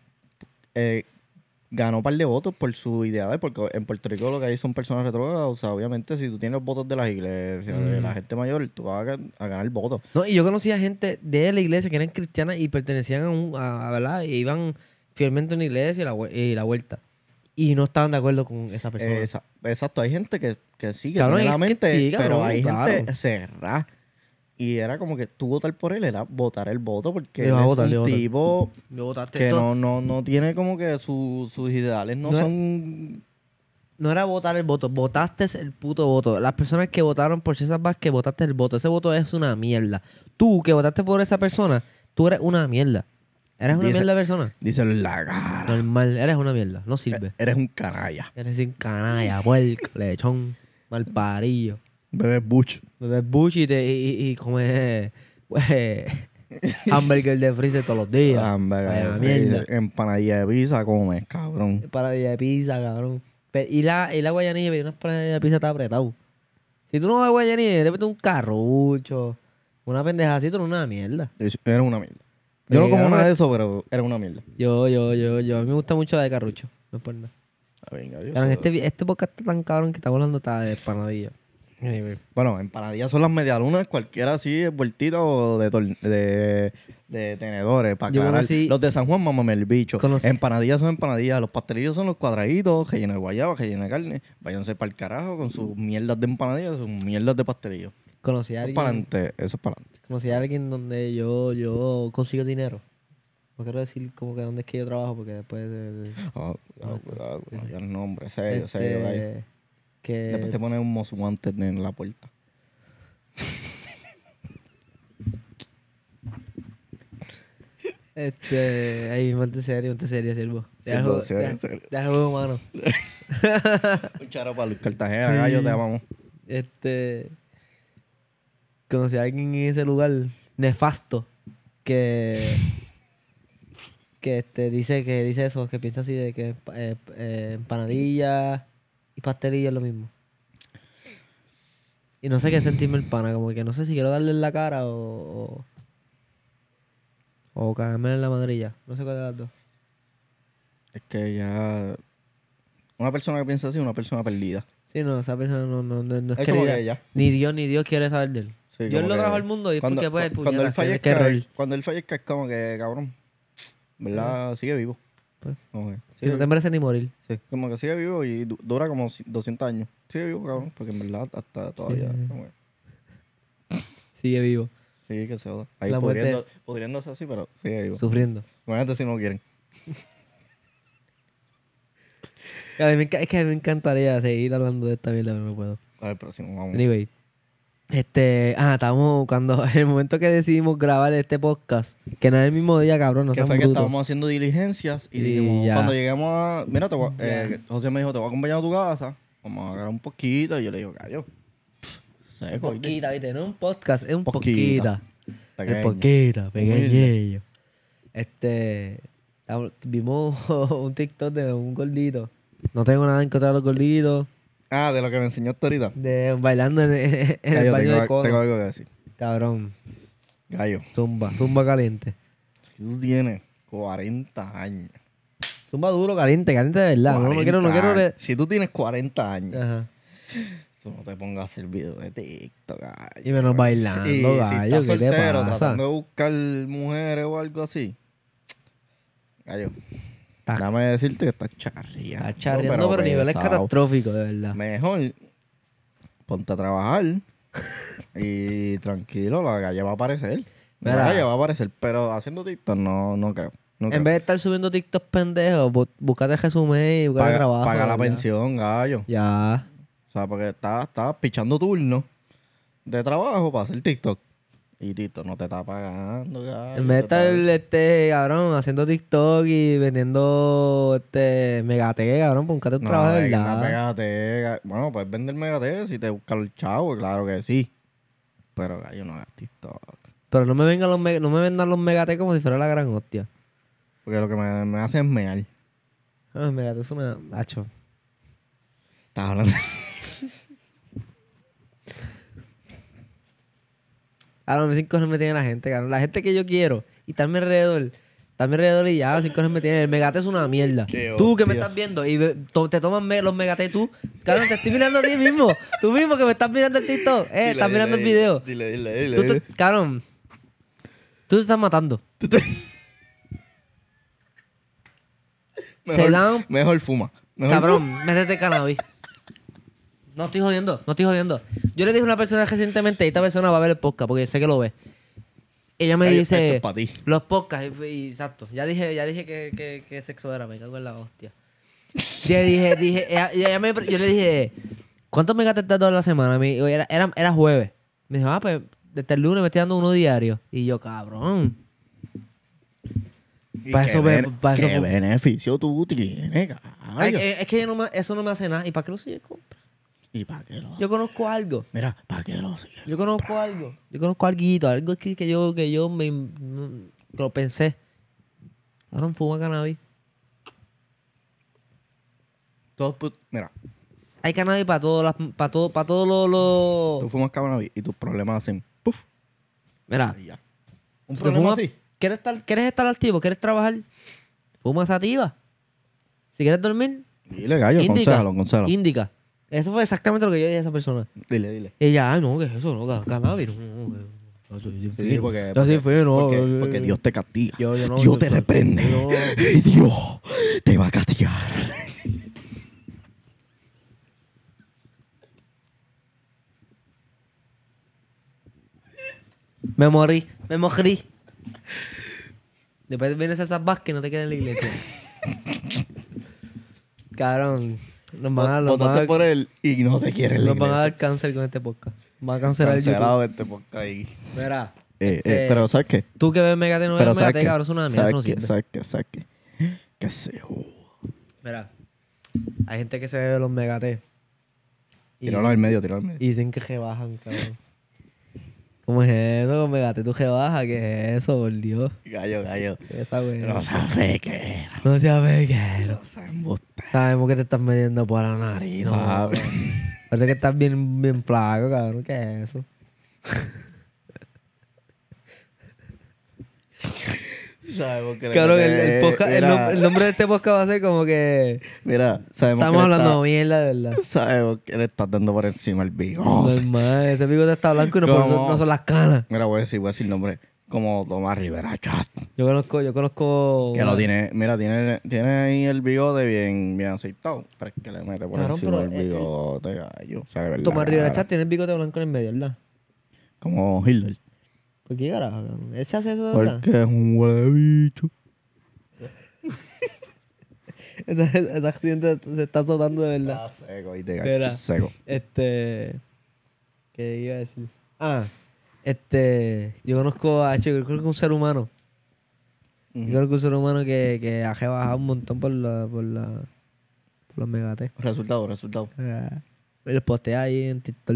ganó un par de votos por sus ideales, porque en Puerto Rico lo que hay son personas retrógradas. O sea, obviamente, si tú tienes los votos de las iglesias, de la gente mayor, tú vas a ganar votos. No, y yo conocía gente de la iglesia que eran cristianas y pertenecían a ¿verdad? Y iban fielmente a una iglesia y la vuelta. Y no estaban de acuerdo con esa persona. Exacto, hay gente que sí, que Cabrón, tiene la mente, sí, pero cabrón, hay claro. gente cerrada. Y era como que tú votar por él era votar el voto, porque Le él vas a es votar, le un vas a votar. tipo Me votaste que esto. no tiene como que sus ideales no No es- son... No era votar el voto, votaste el puto voto. Las personas que votaron por César Vázquez, votaste el voto. Ese voto es una mierda. Tú que votaste por esa persona, tú eres una mierda. Eres una mierda de persona. Díselo en la cara. Normal, eres una mierda. No sirve. Eres un canalla. Eres sin canalla, puerco, lechón, malparillo. Bebé Butch. Bebes buchi y comes hamburger de freezer todos los días. Vaya mierda. Empanadilla de pizza comes, cabrón. Paradilla de pizza, cabrón. Y la guayanilla, pero una paradilla de pizza está apretado. Si tú no vas a guayanilla, te metes un carrucho, una pendeja así, tú eres una mierda. Eres una mierda. Yo no como nada de eso, pero era una mierda. Yo, a mí me gusta mucho la de carrucho. No es por nada. Venga, Cabrón, este podcast está tan cabrón que estamos hablando de panadilla. Anyway. Bueno, empanadillas son las medialunas, cualquiera así, vueltita o de tenedores, para Yo aclarar. conocí- Los de San Juan, mamame el bicho. Conocí- Empanadillas son empanadillas, los pastelillos son los cuadraditos, rellenos de guayaba, rellenos de carne. Váyanse para el carajo con sus mierdas de empanadillas, sus mierdas de pastelillos. Conocí a Eso es para alguien, adelante, eso es para adelante. conocí a alguien donde yo consigo dinero. No quiero decir como que dónde es que yo trabajo porque después Cuidado, ya el nombre, serio, gallo. que Después te pones un most wanted en la puerta. ahí ponte serio, siervo. Sí, no, serio. Deja el juego humano. Un charo para Luis Cartagena, gallo, te amamos. Conocí a alguien en ese lugar nefasto que dice eso, que piensa así de que empanadilla y pastelillo es lo mismo. Y no sé qué sentirme el pana, como que no sé si quiero darle en la cara o cagarme en la madrilla. No sé cuál de las dos. Es que ya... Una persona que piensa así es una persona perdida. Sí, no, esa persona no es Es como querida. que ya. Ni Dios quiere saber de él. Sí, Dios como lo que trajo al mundo y es porque pues cuando él puñeta, fallezca, cuando él fallezca es como que, cabrón, ¿verdad? Sigue vivo. Pues, Como que si no te mereces ni morir. sí, como que sigue vivo y dura como 200 años. Sigue vivo, cabrón, porque en verdad hasta todavía... Sí. Como que, Sigue vivo, sí, que se joda. Ahí La muerte- podriéndose así, pero sigue vivo. sufriendo. Imagínate si no quieren. Es que me encantaría seguir hablando de esta mierda, pero no puedo. A ver, pero si no vamos... Anyway. Estábamos cuando en el momento que decidimos grabar este podcast, que no es el mismo día, cabrón, no que sean fue que brutos. estábamos haciendo diligencias y Y dijimos, ya. cuando lleguemos a... Mira, Ya. José me dijo, te voy a acompañar a tu casa. Vamos a agarrar un poquito. Y yo le digo, callo. Seco, ¿viste? Poquita, ¿viste? No es un podcast, es un Poquita. poquita. Pequeño. El poquita, Humilde. pequeñillo. Vimos un TikTok de un gordito. No tengo nada en contra de los gorditos. Ah, de lo que me enseñaste ahorita. Bailando en el Gallo, baño de tengo cono. algo que decir. Cabrón, Gallo, zumba caliente. si tú tienes 40 años. Zumba duro, caliente de verdad. No quiero... Si tú tienes 40 años Ajá. Tú no te pongas a hacer video de TikTok, gallo. Y menos bailando, Y gallo, si ¿qué estás te soltero, pasa? tratando de buscar mujeres o algo así. Gallo, Está- déjame decirte que estás charreando. Está charreando, pero niveles pesado. catastróficos, de verdad. Mejor, ponte a trabajar y tranquilo, la galla va a aparecer. La Mira. galla va a aparecer, pero haciendo TikTok no creo. No creo. En vez de estar subiendo TikTok pendejos, búscate resumen y búscate trabajo. Paga la ¿verdad? pensión, gallo. Ya. O sea, porque estás pichando turno de trabajo para hacer TikTok. Y TikTok no te está pagando, gallo. En vez de estar, cabrón, haciendo TikTok y vendiendo Megate, cabrón, búscate un trabajo de verdad. Megate. Bueno, puedes vender Megate si te buscan los chavos, claro que sí. Pero, gallo, no hagas TikTok. Pero no me vendan los Megate como si fuera la gran hostia. Porque lo que me hace es mear. Ah, Megate es una... Hacho. Estás hablando. Ahora me 5 me tiene la gente, cabrón. La gente que yo quiero. Y estarme alrededor. Estarme alrededor y ya, 5 me tiene. El Megate es una mierda. Qué Tú que me hostia. estás viendo y te toman los Megate tú. Cabrón, te estoy mirando a ti mismo. Tú mismo que me estás mirando el TikTok. Estás mirando el video. Dile. Cabrón. Tú te estás matando. Se dan... Mejor fuma. Mejor Cabrón, métete cannabis. No estoy jodiendo. Yo le dije a una persona recientemente y esta persona va a ver el podcast porque sé que lo ve. Ella me Ay, dice... esto es pa' ti. Los podcasts, exacto. Ya dije que sexo era, me cago en la hostia. Yo le dije, ¿cuántos megates te has dado a la semana? Era jueves. Me dijo, pues desde el lunes me estoy dando uno diario. Y yo, cabrón. ¿Y Pa' qué eso qué fue- beneficio tú tienes, gallo? Es que eso no me hace nada. ¿Y para qué lo sigues comprando? ¿Y para qué lo Yo conozco algo. Mira, ¿para qué lo sigues? Yo conozco algo. Algo que yo que lo pensé. Ahora fuma cannabis. Mira, Hay cannabis para todo lo... tú fumas cannabis y tus problemas hacen puff. Mira, Y ya. Un si te problema fumas- así. ¿quieres estar activo? ¿Quieres trabajar? Fuma sativa. Si quieres dormir, Dile, gallo, indica. aconsejalo. Indica. Eso fue exactamente lo que yo dije a esa persona. Dile. Y ella, no, ¿qué es eso? No, cannabis. No, soy bien Sí, fino. porque, Yo soy fino. porque Dios te castiga. Yo no, Dios te reprende. yo- Y Dios te va a castigar. Me morí. Después vienes a esas Vázquez y no te quedas en la iglesia. Cabrón. Nos Votaste por él y no te quiere en la nos van a iglesia. dar cáncer con este podcast. Va a cancelar el YouTube. Cancelado este podcast ahí. Mira. Pero ¿sabes qué? Tú que ves Megate no ves Pero ¿sabes Megate, qué? cabrón. Es una mierda. Eso no sirve. ¿Sabes qué? Que se joda. Mira. Hay gente que se ve los Megate. Y Tíralo al medio. y dicen que rebajan, cabrón. ¿Cómo es eso con Megate? ¿Tú rebajas? ¿Qué es eso, por Dios? Gallo. Esa güey. No sabes qué era. No seas veguero. No sabes embuste. Sabemos que te estás metiendo por la nariz, ¿no? Sabe. Parece que estás bien flaco, cabrón. ¿Qué es eso? Sabemos que Cabrón, el podcast, el nombre de este podcast va a ser como que... Mira, sabemos Estamos que le hablando mierda, de verdad. sabemos que le estás dando por encima el bigote. Normal, ese bigote está blanco y no, por eso ¿Cómo? no son las canas. Mira, voy a decir nombre. Como Tomás Rivera Chat. Yo conozco... Que lo tiene, mira, tiene ahí el bigote bien aceitado. Pero es que le mete por Cabrón, encima pero, el bigote, gallo. O sea, de verdad. Tomás Rivera Chat tiene el bigote blanco en el medio, ¿verdad? Como Hitler. ¿Por qué carajo, cabrón? ¿Él se hace eso de verdad? Porque es un huele bicho. Ese accidente se está azotando de verdad. Está seco, y te Mira. seco. ¿Qué iba a decir? Yo conozco yo creo que un ser humano. Yo creo que un ser humano que ha rebajado un montón por los megates. Resultado. Y los postea ahí en TikTok.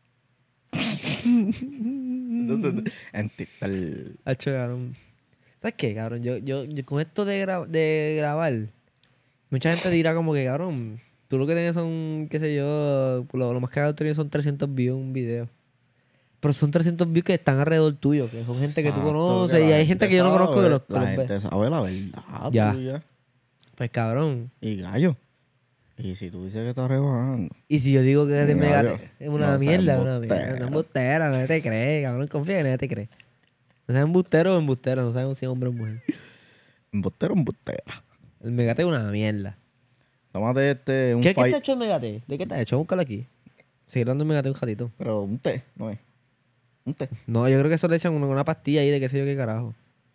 En TikTok. Hacho, cabrón. ¿Sabes qué, cabrón? Yo con esto de grabar, mucha gente dirá como que, cabrón, tú lo que tienes son, qué sé yo, lo más que has tenido son 300 views en un video. Pero son 300 views que están alrededor tuyo, que son gente que tú Exacto, conoces que y la hay gente que yo no sabe, conozco que los La ve. gente sabe la verdad. Ya. tuya. Pues cabrón, Y gallo. Y si tú dices que estás rebajando. Y si yo digo que eres Mira, Megate, es una no seas mierda, una embustero. mierda. No embustera, nadie te cree, cabrón. Confía que nadie te cree. No seas embustero o embustero, no sabemos si es hombre o mujer. Embustera. El Megate es una mierda. Tómate un ¿Qué fight. está hecho el Megate? ¿De qué está hecho? Búscalo aquí. Sigue dando el Megate un ratito. Pero un té, no es. Un té. No, yo creo que eso le echan una pastilla ahí de qué sé yo qué carajo.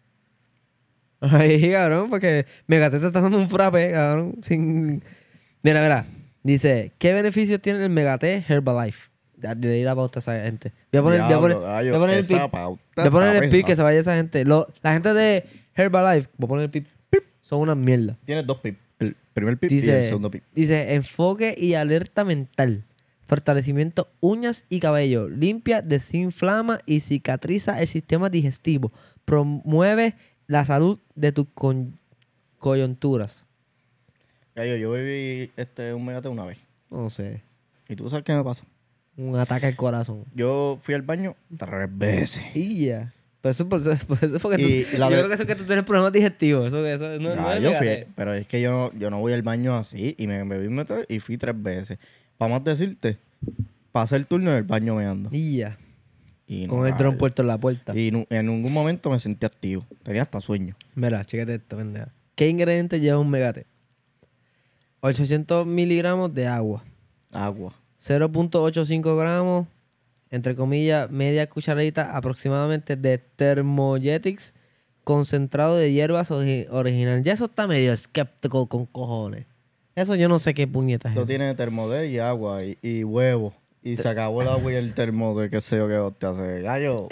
Ay, cabrón, porque Megate te está dando un frappe, cabrón. Sin... Mira. Dice, ¿qué beneficios tiene el Megate Herbalife? De ir a pauta a esa gente. Voy a poner el esa pip. pauta Voy a poner el está pip que pesada. se vaya esa gente. La gente de Herbalife, voy a poner el pip. Son una mierda. Tienes dos pip. El primer pip y el Dice, segundo pip. dice, enfoque y alerta mental. Fortalecimiento uñas y cabello. Limpia, desinflama y cicatriza el sistema digestivo. Promueve la salud de tus coyunturas. Gallo, yo bebí un Megate una vez. No sé. ¿Y tú sabes qué me pasó? Un ataque al corazón. Yo fui al baño 3 veces. Y ya. Pero eso, por eso es porque Y tú, la yo de- creo que eso es que tú tienes problemas digestivos. Eso no es Yo Megate. fui, pero es que yo no voy al baño así. Y me bebí un Megate y fui 3 veces. Para más decirte, pasé el turno en el baño meando. Y ya. Y Con no, el dron gallo. puesto en la puerta. Y en ningún momento me sentí activo. Tenía hasta sueño. Mira, chécate esto, pendeja. ¿Qué ingredientes lleva un Megate? 800 miligramos de agua. Agua. 0.85 gramos, entre comillas, media cucharadita aproximadamente de Thermogetics concentrado de hierbas original. Ya eso está medio escéptico con cojones. Eso yo no sé qué puñetas es. Esto eso. tiene termodé y agua y huevo. Y se acabó el agua y el termodé, qué sé yo qué te hace. Gallo.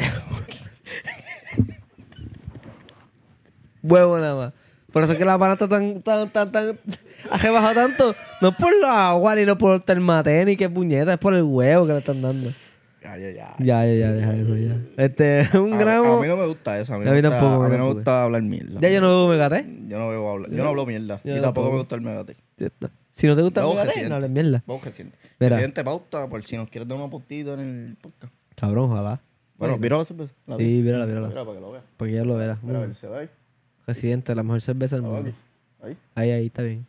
Huevo nada más. Por eso es que la pana está tan... Ha rebajado tanto. No es por la agua ni no por el termate ni qué puñeta. Es por el huevo que le están dando. Ya. Ya, deja eso ya. Un A gramo... mí no me gusta eso. A mí, A mí tampoco, a a mí mí no me tampoco. gusta hablar mierda. Ya yo no bebo Megate. Yo no veo hablar. Yo no hablo mierda. Yo Y tampoco tampoco. me gusta el megate. Cierto. Si no te gusta el Luego Megate, reciente. no hables mierda. Vos que sientes. Mira. Siguiente pauta por si nos quieres dar una puntita en el podcast. Cabrón, ojalá. Bueno, mira la cerveza. Sí, mírala. Mira para que lo veas. Porque ya lo verás. Mira, a ver, se ve ahí. Residente, la mejor cerveza del Ah, mundo. vale. Ahí. Ahí, está bien.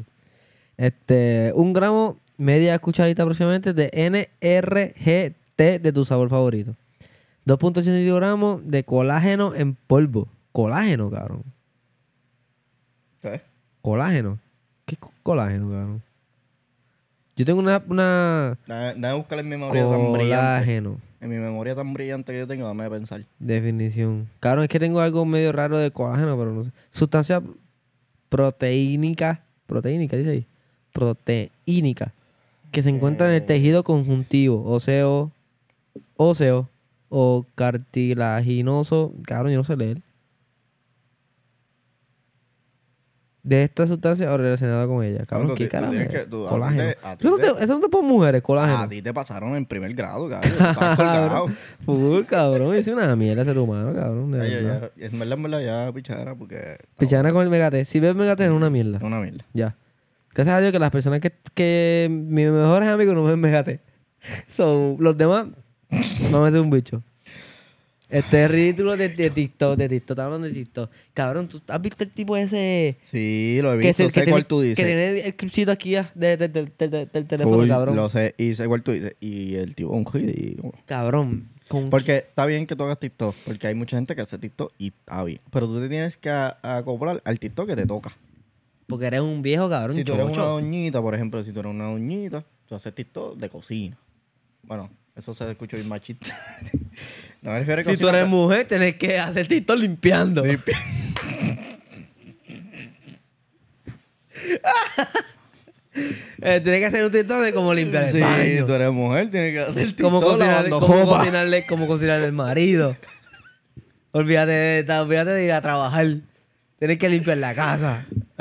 1 gramo, media cucharita aproximadamente de NRGT de tu sabor favorito. 2.85 gramos de colágeno en polvo. Colágeno, cabrón. ¿Qué? Colágeno. ¿Qué es colágeno, cabrón? Yo tengo una Dame buscar en mi memoria tan brillante. colágeno. En mi memoria tan brillante que yo tengo, dame pensar. Definición. Cabrón, es que tengo algo medio raro de colágeno, pero no sé. Sustancia proteínica. Proteínica, dice ahí. Proteínica. Que se encuentra en el tejido conjuntivo, óseo o cartilaginoso. Cabrón, yo no sé leer. De esta sustancia o relacionada con ella. Cabrón, No, ¿qué tú carajo tienes es? que- tú- a ti Colágeno. te- a ti Eso no te pone mujeres, colágeno. A ti te pasaron en primer grado, cabrón. Estás colgado. Full, cabrón. Es una mierda ser humano, cabrón. De Ay, verdad. ya, en verdad, ya pichadera porque... Pichana con el Megate. Si ves Megate es una mierda. Una mierda. Ya. Gracias a Dios que las personas que mis mejores amigos no ven Megate. So, los demás, no me hacen un bicho. Este ridículo de TikTok, Estaba hablando de TikTok. Cabrón, ¿tú has visto el tipo ese Sí, lo he que, visto, sé tiene, cuál tú dices. que tiene el clipcito aquí del teléfono, Full, cabrón? Lo sé, y sé cuál tú dices. Y el tipo un ridículo. Cabrón. Porque está bien que tú hagas TikTok, porque hay mucha gente que hace TikTok y está bien. Pero tú te tienes que acoplar al TikTok que te toca. Porque eres un viejo, cabrón, Si tú eres una chocho. doñita, por ejemplo, si tú eres una doñita, tú haces TikTok de cocina. Bueno, eso se escucha bien machista. No me refiero a Si cocina, tú eres pero- mujer, tienes que hacer TikTok limpiando. Tienes que hacer un TikTok de cómo limpiar el Sí, baño. tú eres mujer, tienes que hacer Cómo TikTok cocinarle, lavando cómo copa. cómo cocinarle el marido. Olvídate de ir a trabajar. Tienes que limpiar la casa.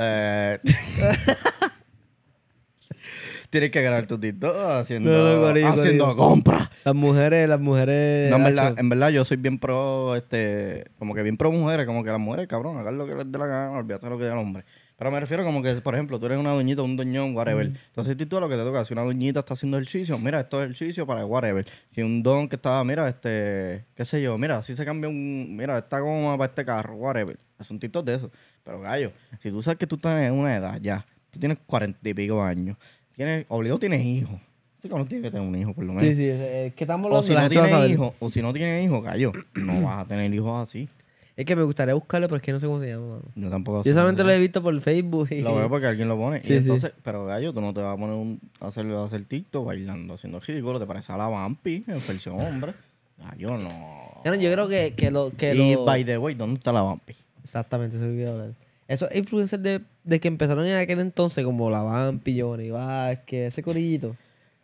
Tienes que grabar tu TikTok haciendo, No, corillo, haciendo corillo. compras. Las mujeres. No, hacho, en verdad, yo soy bien pro, como que bien pro mujeres, como que las mujeres, cabrón, hagan lo que les dé la gana, olvídate de lo que diga el hombre. Pero me refiero como que, por ejemplo, tú eres una doñita, un doñón, whatever. Entonces, tú lo que te toca, si una doñita está haciendo ejercicio, mira, esto es ejercicio para whatever. Si un don que está, mira, qué sé yo, mira, si se cambia mira, esta goma para este carro, whatever. Es un TikTok de eso. Pero, gallo, si tú sabes que tú estás en una edad ya, Tú tienes 40 y pico años. Obligado tienes hijos. Ese cabrón tiene que tener un hijo, por lo menos. Sí, es que estamos O si la no gente va a tienes saber. hijos, gallo, no vas a tener hijos así. Es que me gustaría buscarlo, pero es que no sé cómo se llama, mano. Yo tampoco Yo sé solamente cómo lo se he visto por Facebook. Y... llama. Lo veo porque alguien lo pone. Sí, Y sí. entonces, pero gallo, tú no te vas a poner hacer TikTok bailando, haciendo ridículo. Te parece a la Vampi en versión hombre. Gallo, no. Yo creo que lo... Y by the way, ¿dónde está la Vampi? Exactamente, eso quería hablar. Esos influencers de que empezaron en aquel entonces, como la Vampi, Giovanni Vázquez, ese corillito.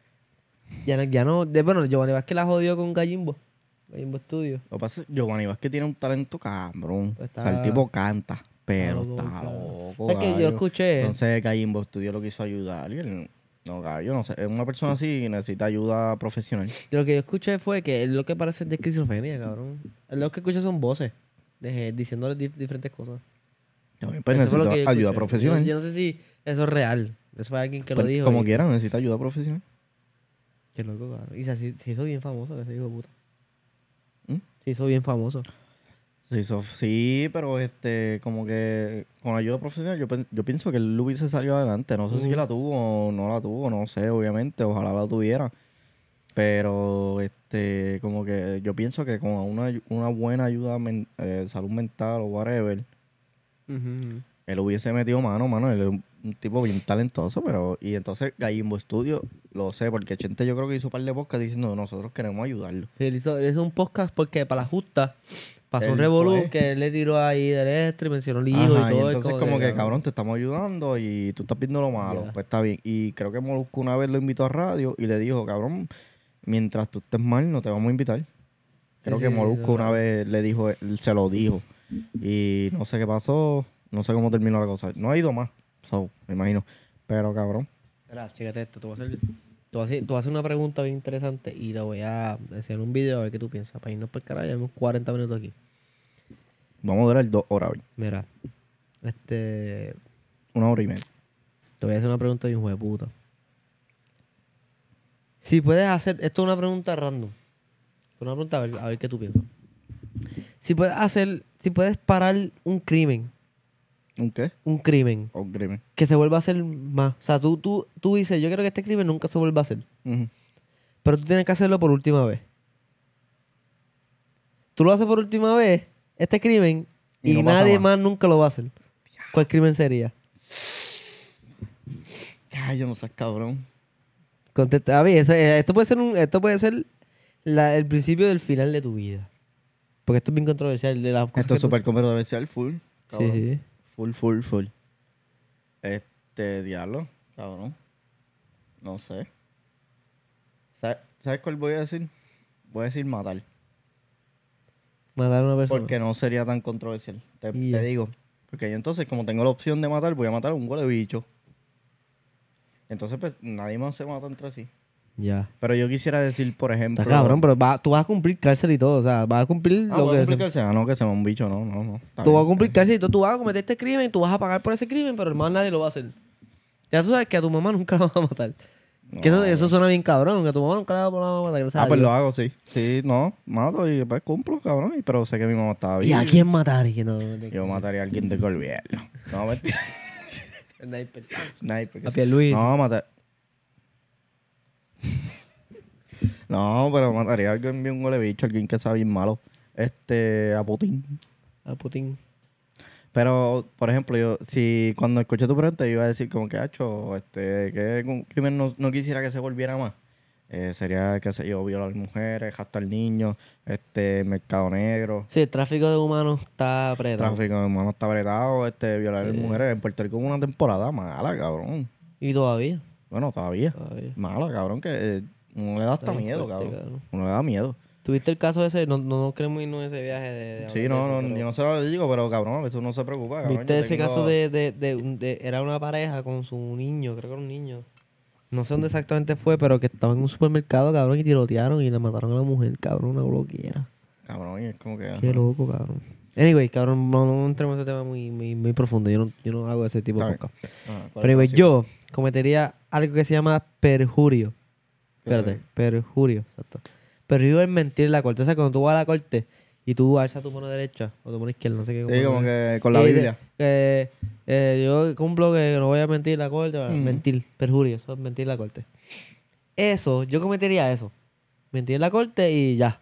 Bueno, Giovanni Vázquez la jodió con Gallimbo Studio. Lo que pasa es que Giovanni Vázquez tiene un talento cabrón. Pues O sea, el tipo canta, pero loco, está cabrón. loco. Es que yo gallo. escuché... Entonces Gallimbo Studio lo quiso ayudar y él... No, gallo, no sé. Una persona así necesita ayuda profesional. Lo que yo escuché fue que él lo que parece es de esquizofrenia, cabrón. Él lo que escucha son voces, diciéndole diferentes cosas. También pues Eso fue lo necesita que yo ayuda escuché. profesional. Yo no sé si eso es real. Eso fue alguien que lo Pues, dijo. como y- quiera, necesita ayuda profesional. Qué loco, cabrón. Y se hizo bien famoso ese hijo de puta. ¿Mm? Se hizo bien famoso. Sí, pero como que con ayuda profesional yo pienso que él hubiese salido adelante. No sé si la tuvo o no la tuvo, no sé, obviamente. Ojalá la tuviera. Pero como que yo pienso que con una buena ayuda, salud mental o whatever, él hubiese metido mano. Él es un tipo bien talentoso, pero... Y entonces Gallimbo Studio, lo sé, porque Chente yo creo que hizo un par de podcasts diciendo nosotros queremos ayudarlo. Él hizo un podcast porque para la justa pasó un Él revolú fue. que él le tiró ahí del extra y mencionó el hijo Ajá, y todo. entonces como que cabrón, te estamos ayudando y tú estás viendo lo malo. Ya. Pues está bien. Y creo que Molusco una vez lo invitó a radio y le dijo, cabrón, mientras tú estés mal no te vamos a invitar. Creo Sí, que sí, Molusco eso es una verdad. vez le dijo, él se lo dijo. Y no sé qué pasó, no sé cómo terminó la cosa. No ha ido más, me imagino. Pero cabrón, Mira, chécate esto. Te voy a hacer una pregunta bien interesante y te voy a enseñar un video a ver qué tú piensas. Para irnos por el carajo, llevamos 40 minutos aquí. vamos a durar 2 horas hoy. Mira, te 1 hora y media. voy a hacer una pregunta de un juego de puta. Si puedes hacer, esto es una pregunta random. Una pregunta a ver qué tú piensas. Si puedes parar un crimen ¿Un qué? que Crimen. se vuelva a hacer más. O sea, tú dices, yo creo que este crimen nunca se vuelva a hacer. Ujú. Pero tú tienes que hacerlo por última vez. Tú lo haces por última vez, este crimen, Y y, no pasa nadie más. más nunca lo va a hacer. ¿Cuál crimen sería? Ay, yo no sé, cabrón. Contesta. A ver, esto puede ser el principio del final de tu vida. Porque esto es bien controversial. De las cosas Esto es que tú- súper controversial, full. Sí, Cabrón. sí. Full. Diablo, cabrón. No sé. ¿Sabes cuál voy a decir? Voy a decir matar. Matar a una persona. Porque no sería tan controversial. Te Ya. digo. Porque yo entonces, como tengo la opción de matar, voy a matar a un huele bicho. Entonces, pues, nadie más se mata entre sí. Ya. Pero yo quisiera decir, por ejemplo... Está cabrón, pero tú vas a cumplir cárcel y todo. O sea, vas a cumplir Ah, lo voy a que cumplir cárcel. Ah, no, que se me un bicho. No. Está Tú vas a bien. cumplir cárcel y todo. Tú vas a cometer este crimen, tú vas a pagar por ese crimen, pero más nadie lo va a hacer. Ya tú sabes que a tu mamá nunca la vas a matar. Que eso suena bien cabrón, que a tu mamá nunca la vas a matar. gracias a Pues Dios. lo hago, sí. Sí, no, mato y después cumplo, cabrón. Pero sé que mi mamá estaba ¿Y bien. a quién matar? Y que no, Yo mataría a alguien del gobierno. No, mentira. Sniper. Sniper. A Pierluisi. No, matar. No, pero mataría a alguien bien huele bicho, alguien que sea bien malo. A Putin. A Putin. Pero, por ejemplo, yo, si cuando escuché tu pregunta, yo iba a decir como que, que un crimen no quisiera que se volviera más. Sería, qué sé yo, violar mujeres, gastar niños, mercado negro, Sí, el tráfico de humanos está apretado. tráfico de humanos está apretado, violar Sí. mujeres. En Puerto Rico hubo una temporada mala, cabrón. Y todavía. Bueno, todavía. Todavía. Mala, cabrón, que uno le da hasta Está bien miedo, fuerte, cabrón. cabrón. Uno le da miedo. ¿Tuviste el caso ese? No queremos irnos en ese viaje de Sí, hablar de no, eso, pero yo no se lo digo, pero cabrón, a veces uno se preocupa, cabrón. ¿viste Yo ese tengo- caso era una pareja con su niño? Creo que era un niño. No sé dónde exactamente fue, pero que estaba en un supermercado, cabrón, y tirotearon y le mataron a la mujer, cabrón, una bloqueera. Cabrón, y es como que... Qué ajá. loco, cabrón. Anyway, cabrón, no entremos en ese tema muy profundo. Yo no hago ese tipo de Está podcast. Ajá, ¿cuál Pero anyway, es el yo cometería algo que se llama perjurio. ¿Qué es Espérate, perjurio, exacto. Perjurio es mentir en la corte. O sea, cuando tú vas a la corte y tú alzas tu mano derecha o tu mano izquierda, no sé qué. Sí, como que con la Y Biblia. yo cumplo que no voy a mentir la corte. Mentir, perjurio, eso es mentir la corte. Eso, yo cometería eso. Mentir en la corte y ya.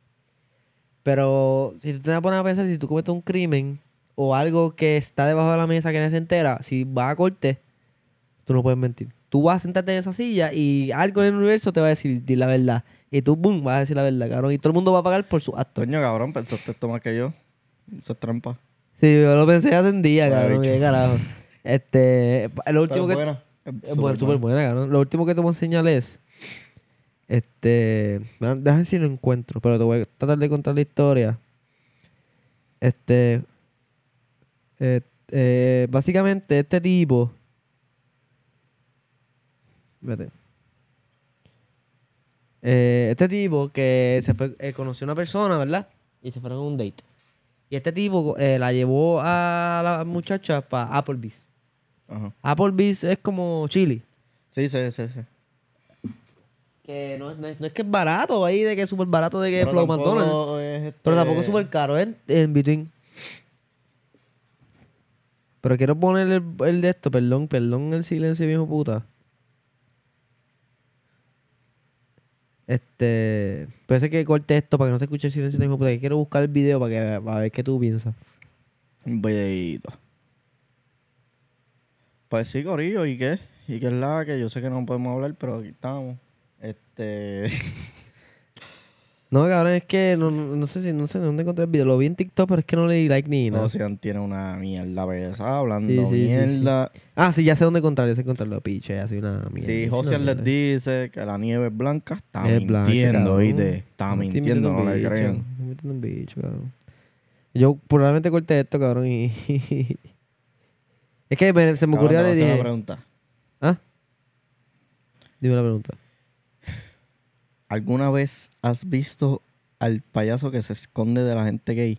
Pero si tú te vas a poner a pensar, si tú cometes un crimen o algo que está debajo de la mesa que nadie se entera, si vas a corte, tú no puedes mentir. Tú vas a sentarte en esa silla y algo en el universo te va a decir, di la verdad. Y tú, boom, vas a decir la verdad, cabrón. Y todo el mundo va a pagar por su acto. Coño, cabrón, pensaste esto más que yo. Eso es trampa. Sí, yo lo pensé hace un día, Vaya cabrón. bicho. ¿Qué carajo? Lo último Pero que... buena. Es buena, súper buena, cabrón. Lo último que te voy a enseñar es... Déjame ver si lo encuentro, pero te voy a tratar de contar la historia. Básicamente, este tipo... Espérate. Este tipo que se fue, conoció a una persona, ¿verdad? Y se fueron a un date. Y este tipo la llevó a la muchacha para Applebee's. Ajá. Applebee's es como Chili. Sí. Que no es que es barato ahí, de que es súper barato de que Pero Flow tampoco McDonald's. es Pero tampoco es súper caro, es en between. Pero quiero poner el de esto, perdón el silencio, viejo puta. Parece que corte esto para que no se escuche el silencio de mi puta. Que quiero buscar el video para ver qué tú piensas. Un videíto. Pues sí, corillo, ¿y qué? ¿Y qué es la que? Yo sé que no podemos hablar, pero aquí estamos. No, cabrón, es que no sé dónde encontré el video. Lo vi en TikTok, pero es que no le di like ni nada. Ocean tiene una mierda pesada hablando Sí. mierda. Ah, sí, ya sé dónde encontrarlo. Ya sé encontrarlo, piche. Así una mierda. Sí, es Ocean una les mierda. dice que la nieve es blanca. Está Es blanca, mintiendo, cabrón. ¿viste? Está Me estoy mintiendo, metiendo no un le bicho, crean. me estoy metiendo un bicho, cabrón. Yo probablemente corté esto, cabrón, y... Es que se me ocurrió Cabrón, y te voy a hacer dije... una pregunta. ¿Ah? Dime la pregunta. ¿Alguna vez has visto al payaso que se esconde de la gente gay?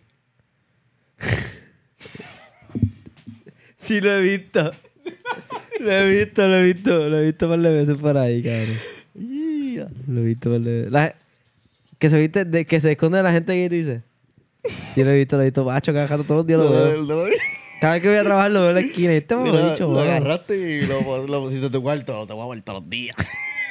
Sí, lo he visto. Lo he visto un par de veces por ahí, cabrón. Lo he visto un par de veces. Que se viste, que se esconde de la gente gay, tú dices. Sí, lo he visto, macho, cada rato, todos los días lo veo. Cada vez que voy a trabajar lo veo en la esquina. Este Mira, bicho, lo agarraste y lo pusiste en tu cuarto. Te voy a ver todos los días.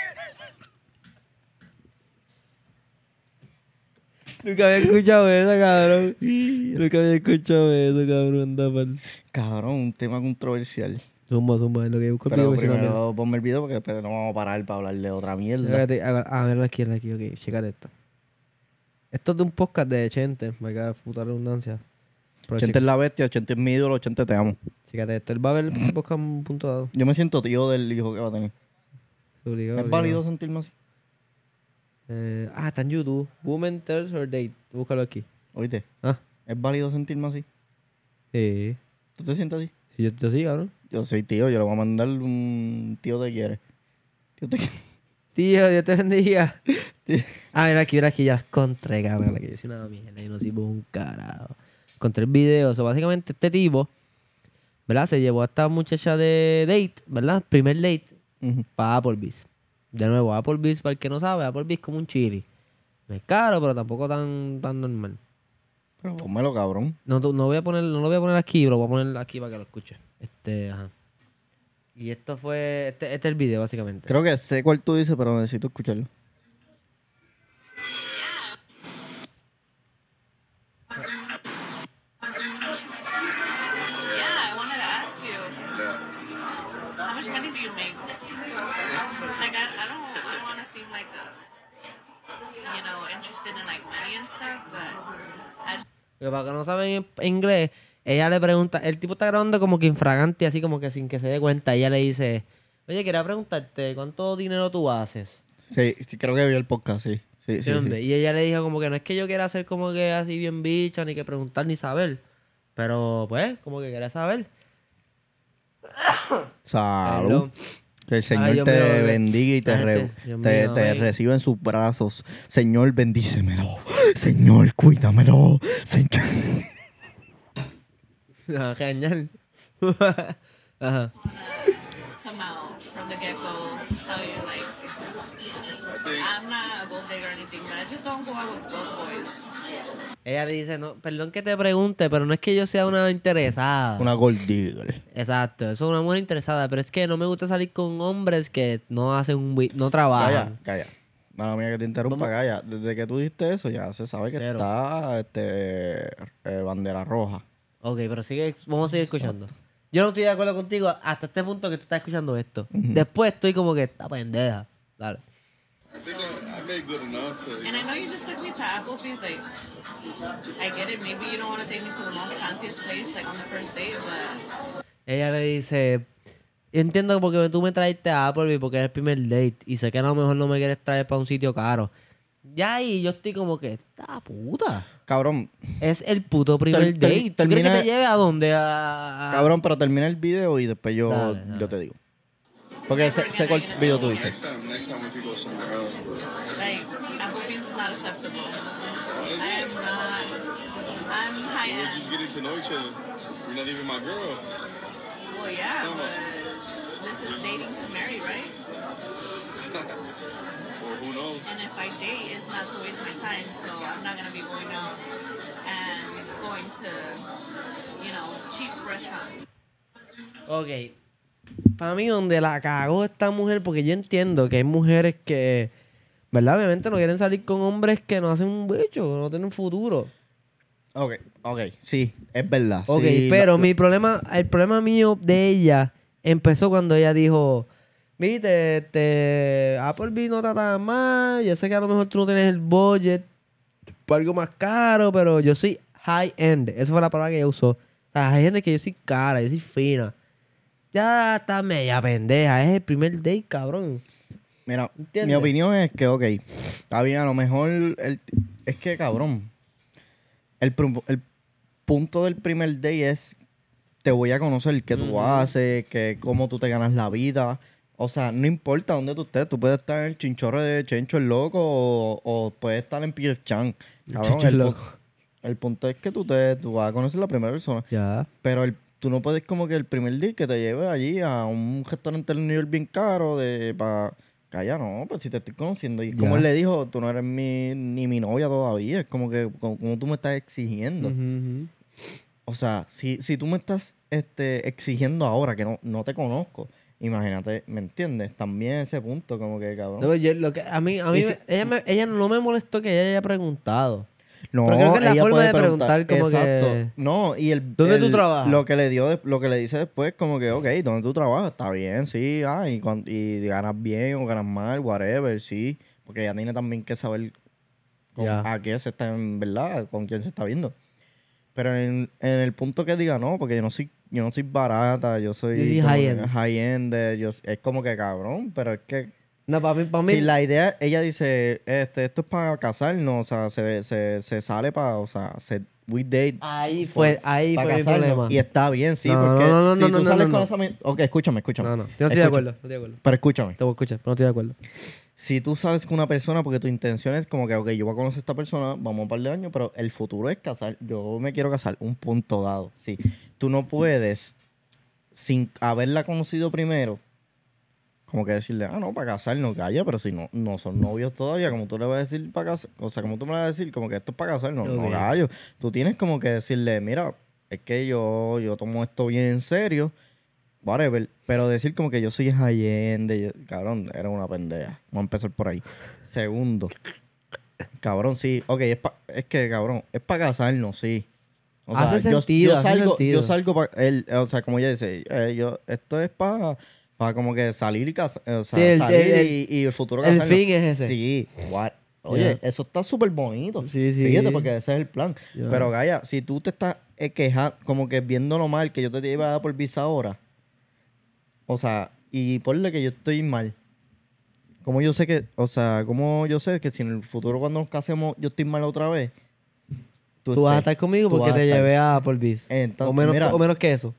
Nunca había escuchado eso, cabrón. Nunca había escuchado eso, cabrón. Anda pal. Cabrón, un tema controversial. Zumba, en lo que busco el Pero video. que si no, mierda. primero ponme el video porque después no vamos a parar para hablar de otra mierda. Fíjate, a ver aquí, ok, chécate esto. Esto es de un podcast de Chente, marca puta redundancia. Pero Chente es la bestia, Chente es mi ídolo, Chente te amo. chécate esto, él va a ver el podcast un punto dado. Yo me siento tío del hijo que va a tener. Obligado, ¿Es válido sentirme así? Está en YouTube. Woman Tells Her Date. Búscalo aquí. Oíste, Ah, ¿es válido sentirme así? sí. ¿Tú te sientes así? Si yo sí, cabrón. Yo soy tío, yo le voy a mandar un tío te quiere. Tío te quiere. Tío, Dios te bendiga. Mira aquí, ya las encontré, cabrón. La que yo soy una mierda y no sirvo un carajo. Encontré el video. O sea, básicamente este tipo, ¿verdad? Se llevó a esta muchacha de date, ¿verdad? Primer date Ujú. para Applebee's. De nuevo, Applebee's, para el que no sabe, Applebee's es como un chili. No es caro, pero tampoco tan normal. Pero pónmelo, cabrón. No lo voy a poner aquí, pero lo voy a poner aquí para que lo escuche. Ajá. Y esto fue, este es el video, básicamente. Creo que sé cuál tú dices, pero necesito escucharlo. Yeah, I wanted to ask you. How much money do you make? Like, I don't want to seem like interested in like money and stuff, but Que para que no saben inglés, ella le pregunta, el tipo está grabando como que infragante, así como que sin que se dé cuenta. Ella le dice, oye, quería preguntarte, ¿cuánto dinero tú haces? Sí, creo que vi el podcast, sí. Sí, ¿Sí, hombre? Y ella le dijo como que no es que yo quiera hacer como que así bien bicha, ni que preguntar ni saber. Pero pues, como que quería saber. Salud. Perdón. Que el Señor Dios te mío, bendiga y la gente, Dios te mío, amén. reciba en sus brazos. Señor, bendícemelo. Señor, cuídamelo. Señor. Genial. Ajá. come out from the get-go to tell you, like, I'm not a gold digger or anything, but I just don't go out with broke boys. Ella le dice, no, perdón que te pregunte, pero no es que yo sea una interesada. Una gold digger. Exacto, eso es una mujer interesada, pero es que no me gusta salir con hombres que no hacen no trabajan. Calla. Mala mía que te interrumpa, calla. Desde que tú diste eso ya se sabe que Cero. está bandera roja. Ok, pero vamos a seguir escuchando. Yo no estoy de acuerdo contigo hasta este punto que tú estás escuchando esto. Después estoy como que esta pendeja. Dale. I think I made good enough to. And I know you just took me to Applebee's, like, I get it, maybe you don't want to take me to the most fanciest place, like, on the first date, but... Ella le dice, yo entiendo porque tú me traiste a Applebee porque es el primer date y sé que a lo mejor no me quieres traer para un sitio caro. Ya ahí yo estoy como que, esta puta. Cabrón, Es el puto primer date. ¿Tú quieres que termina- te lleve a dónde? A... cabrón, pero termina el video y después yo, Dale, dale. yo te digo. Porque sé cuál video tú dices. Next time when you go somewhere else. Like, Applebee's is not acceptable. I'm We're high-end. just getting to know each other. You're not even my girl. Well, yeah, but this is dating to marry, right? Or who knows? And if I date, it's not to waste my time, so I'm not going to be going out and going to, you know, cheap restaurants. Ok. Para mí, donde la cagó esta mujer, porque yo entiendo que hay mujeres que, ¿verdad? Obviamente no quieren salir con hombres que no hacen un bicho, que no tienen futuro. Ok, sí, es verdad. Ok, sí, pero el problema mío de ella empezó cuando ella dijo, viste, Applebee no está tan mal, yo sé que a lo mejor tú no tienes el budget para algo más caro, pero yo soy high end. Esa fue la palabra que ella usó. O sea, hay gente que yo soy cara, yo soy fina. Ya está media pendeja, es el primer date, cabrón. Mira, ¿Entiendes? mi opinión es que, ok, está bien, a lo mejor es que, cabrón, el punto del primer date es te voy a conocer qué tú haces, cómo tú te ganas la vida. O sea, no importa dónde tú estés, tú puedes estar en el Chinchorro de Chencho el Loco o puedes estar en P.F. Chang. Cabrón, Chencho el Loco. el punto es que tú vas a conocer la primera persona. Ya. Pero tú no puedes como que el primer día que te lleve allí a un restaurante en New York bien caro para... Calla, no, pues si te estoy conociendo. Y como Ya. él le dijo, tú no eres ni mi novia todavía. Es como que como tú me estás exigiendo. Ujú. O sea, si tú me estás exigiendo ahora que no te conozco, imagínate, ¿me entiendes? También ese punto, como que cabrón. No, lo que, a mí Y si- ella no me molestó que ella haya preguntado. No, Pero creo que es la ella forma puede de preguntar como exacto. que... No, y ¿Dónde tú trabajas? Lo que le dice después, como que, ok, ¿dónde tú trabajas? Está bien, sí, y ganas bien o ganas mal, whatever, sí. Porque ella tiene también que saber Ya. a qué se está, en verdad, con quién se está viendo. Pero en el punto que diga, no, porque yo no soy barata, yo soy Yo soy como high-end. que high-end, es como que cabrón, pero es que No, para mí... si la idea, ella dice, esto es para casarnos, o sea, se sale para, o sea, we date Ahí fue para mi casarnos. problema. Y está bien, sí, No, porque no, si tú sales no. con esa... Ok, escúchame. No, yo no estoy de Escucha. acuerdo. No estoy de acuerdo. Pero escúchame. Te voy a escuchar, pero no estoy de acuerdo. Si tú sales con una persona porque tu intención es como que, ok, yo voy a conocer a esta persona, vamos un par de años, pero el futuro es casar. Yo me quiero casar, un punto dado. Sí. Tú no puedes, sin haberla conocido primero, como que decirle, no, para casarnos, calla, pero si no son novios todavía, como tú le vas a decir para casar, o sea, como tú me vas a decir, como que esto es para casarnos, no, Ok. gallo. Tú tienes como que decirle, mira, es que yo tomo esto bien en serio, whatever, pero decir como que yo soy Allende, cabrón, eres una pendeja. Vamos a empezar por ahí. Segundo, cabrón, sí, ok, es que, cabrón, es para casarnos, sí. O sea, Hace sentido, yo hace salgo, sentido. Yo salgo para él, o sea, como ella dice, esto es para como que salir y casar, o sea, Sí, salir y el futuro el casarnos. fin es ese. Sí, oye, Ya. eso está súper bonito. Sí, sí. Fíjate, porque ese es el plan. Ya. Pero, Gaya, si tú te estás quejando, como que viéndolo mal, que yo te iba a dar por visa ahora, o sea, y ponle que yo estoy mal. Como yo sé que, o sea, como yo sé que si en el futuro cuando nos casemos yo estoy mal otra vez, Tú vas a estar conmigo tú porque vas a te estar. llevé a Applebee's. Entonces, mira. O menos que eso.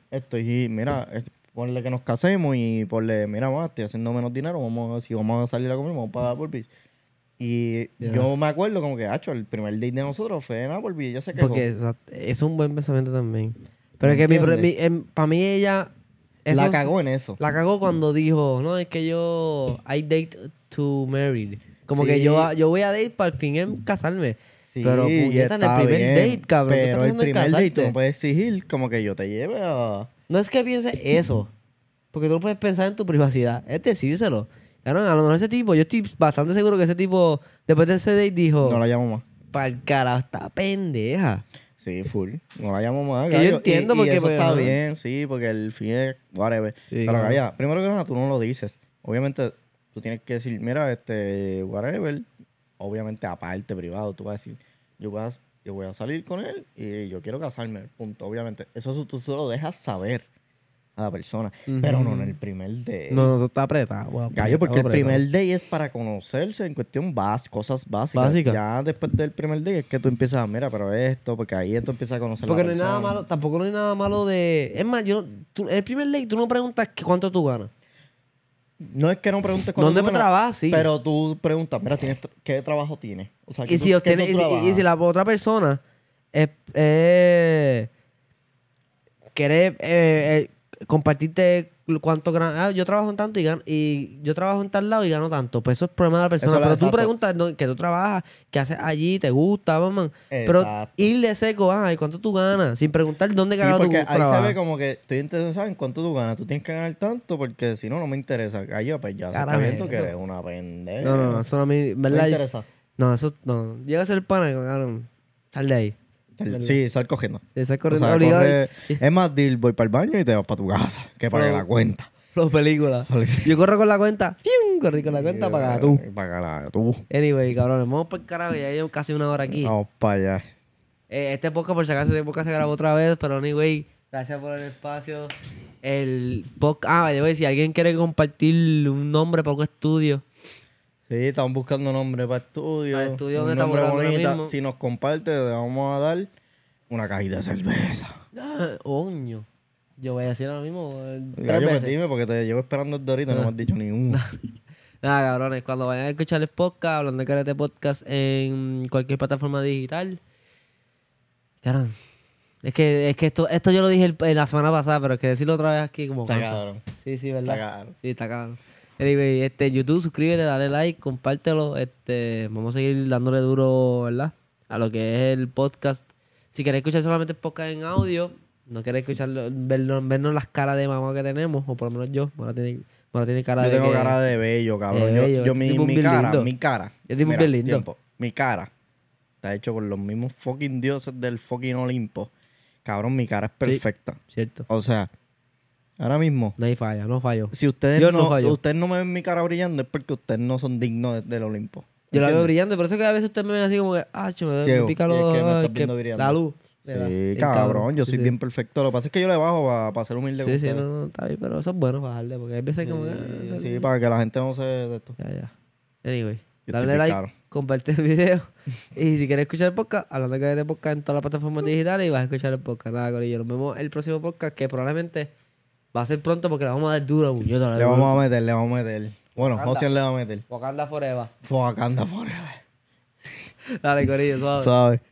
Ponle que nos casemos y ponle, mira, más, estoy haciendo menos dinero, si vamos a salir a comer, vamos a pagar Applebee's. Y Ya. yo me acuerdo como que, el primer date de nosotros fue en Applebee's, ella se quejó. Porque es un buen pensamiento también. Pero es que ¿Me entiendes? para mí ella eso La cagó en eso. La cagó cuando dijo, no, es que yo... I date to marry. Como Sí. que yo voy a date para al fin casarme. Sí, pero y puñeta, en el está primer bien, date, cabrón. tú estás Pero el pensando en primer date tú casarte. no puedes exigir como que yo te lleve a... No es que piense eso. Porque tú no puedes pensar en tu privacidad. Es decírselo. Cabrón, a lo mejor ese tipo, yo estoy bastante seguro que ese tipo, después de ese date, dijo, No la llamo más. pa'l carajo, está pendeja. Sí, full. No la llamo más. Que yo gallo. entiendo y porque, eso pues, está ajá. bien, sí, porque el fin es whatever. Sí, Pero claro. calla, primero que nada, tú no lo dices. Obviamente, tú tienes que decir, mira, whatever. Obviamente, aparte, privado, tú vas a decir, yo voy a salir con él y yo quiero casarme, punto. Obviamente, eso tú se lo dejas saber a la persona. Pero no en el primer date. No, eso está apretado. Gallo, porque el primer date es para conocerse en cuestión cosas básicas. Básicas. Ya después del primer date es que tú empiezas a, mira, pero esto, porque ahí tú empiezas a conocer Porque a no la hay nada persona. malo, tampoco no hay nada malo de... Es más, en el primer date tú no preguntas cuánto tú ganas. No es que no preguntes cuánto ¿Dónde tú ganas, trabajas? Sí. pero tú preguntas, mira, ¿qué trabajo tienes? O sea, Y si, obtiene- y si la otra persona quiere compartirte cuánto ganas. Yo trabajo en tanto y yo trabajo en tal lado y gano tanto. Pues eso es problema de la persona. Eso es Pero tú exacto. preguntas que tú trabajas, qué haces allí, te gusta, mamá. Pero Exacto. irle seco, ¿y cuánto tú ganas? Sin preguntar dónde Sí, ganas tu porque ahí trabajo. se ve como que estoy interesado en cuánto tú ganas. Tú tienes que ganar tanto porque si no, no me interesa. Gallo, pues ya se está Carajo, viendo que eso. eres una pendeja. No, eso no a mí, No me ¿verdad? interesa. No, eso no. Llega a ser pana, cabrón. Sal de ahí. Sí, sal cogiendo. Sí, sal O corriendo sea, obligado. es más, voy para el baño y te vas para tu casa. Que pague Pero- la cuenta. Los películas. Yo corro con la cuenta. ¡Fium! Corrí con la cuenta para tú. Págala tú. Anyway, cabrones, vamos por el carajo. Ya llevo casi una hora aquí. Vamos para allá. Este podcast, por si acaso, este podcast se grabó otra vez. Pero anyway, gracias por el espacio. El podcast... yo voy a decir, si alguien quiere compartir un nombre para un estudio. Sí, estamos buscando nombre para estudio. Para estudio, un ¿dónde estamos nombre grabando ahora bonito. mismo? Si nos comparte, le vamos a dar una cajita de cerveza. Oño. Yo voy a decir ahora mismo 3 Gallo, pues veces. dime, porque te llevo esperando desde ahorita, no me has dicho ni uno. Nada, cabrones, cuando vayan a escuchar el podcast, hablando de Karate Podcast en cualquier plataforma digital. Caramba. Es que esto yo lo dije en la semana pasada, pero es que decirlo otra vez aquí como Está cansa. cabrón. Sí, ¿verdad? Está cabrón. Sí, está cabrón. Anyway, YouTube, suscríbete, dale like, compártelo. Vamos a seguir dándole duro, ¿verdad? A lo que es el podcast. Si querés escuchar solamente el podcast en audio, no querés escucharlo, vernos las caras de mamá que tenemos, o por lo menos yo. Ahora tiene cara Yo de tengo que- cara de bello, cabrón. de bello, Yo este tipo bien lindo. mi cara. Este tipo Mira, bien lindo. tiempo. Mi cara está hecho por los mismos fucking dioses del fucking Olimpo. Cabrón, mi cara es perfecta. Cierto. O sea, ahora mismo, No hay falla, no fallo. si ustedes Yo no no, fallo. ustedes no me ven mi cara brillando, es porque ustedes no son dignos del Olimpo. Yo la veo ¿Entiendes? brillante, por eso que a veces ustedes me ven así como que, me Ciego. pica Y es los que me estás ay, viendo brillando. la luz. me da. Sí, Bien cabrón, yo Sí, soy sí. bien perfecto. Lo que pasa es que yo le bajo para ser humilde con Sí, sí, ustedes. no, está bien, pero eso es bueno bajarle, porque hay veces como que... Sí, para que la gente no se de esto. Ya. Anyway, Yo dale estoy like, claro. comparte el video. Y si quieres escuchar el podcast, hablando de podcast en todas las plataformas digitales y vas a escuchar el podcast. Nada, corillo. Nos vemos el próximo podcast, que probablemente va a ser pronto porque le vamos a dar duro, puñeta. Le vamos a meter. Bueno, Wakanda. Ocean le va a meter. Wakanda Forever. Wakanda forever. Dale, corillo, suave. Suave.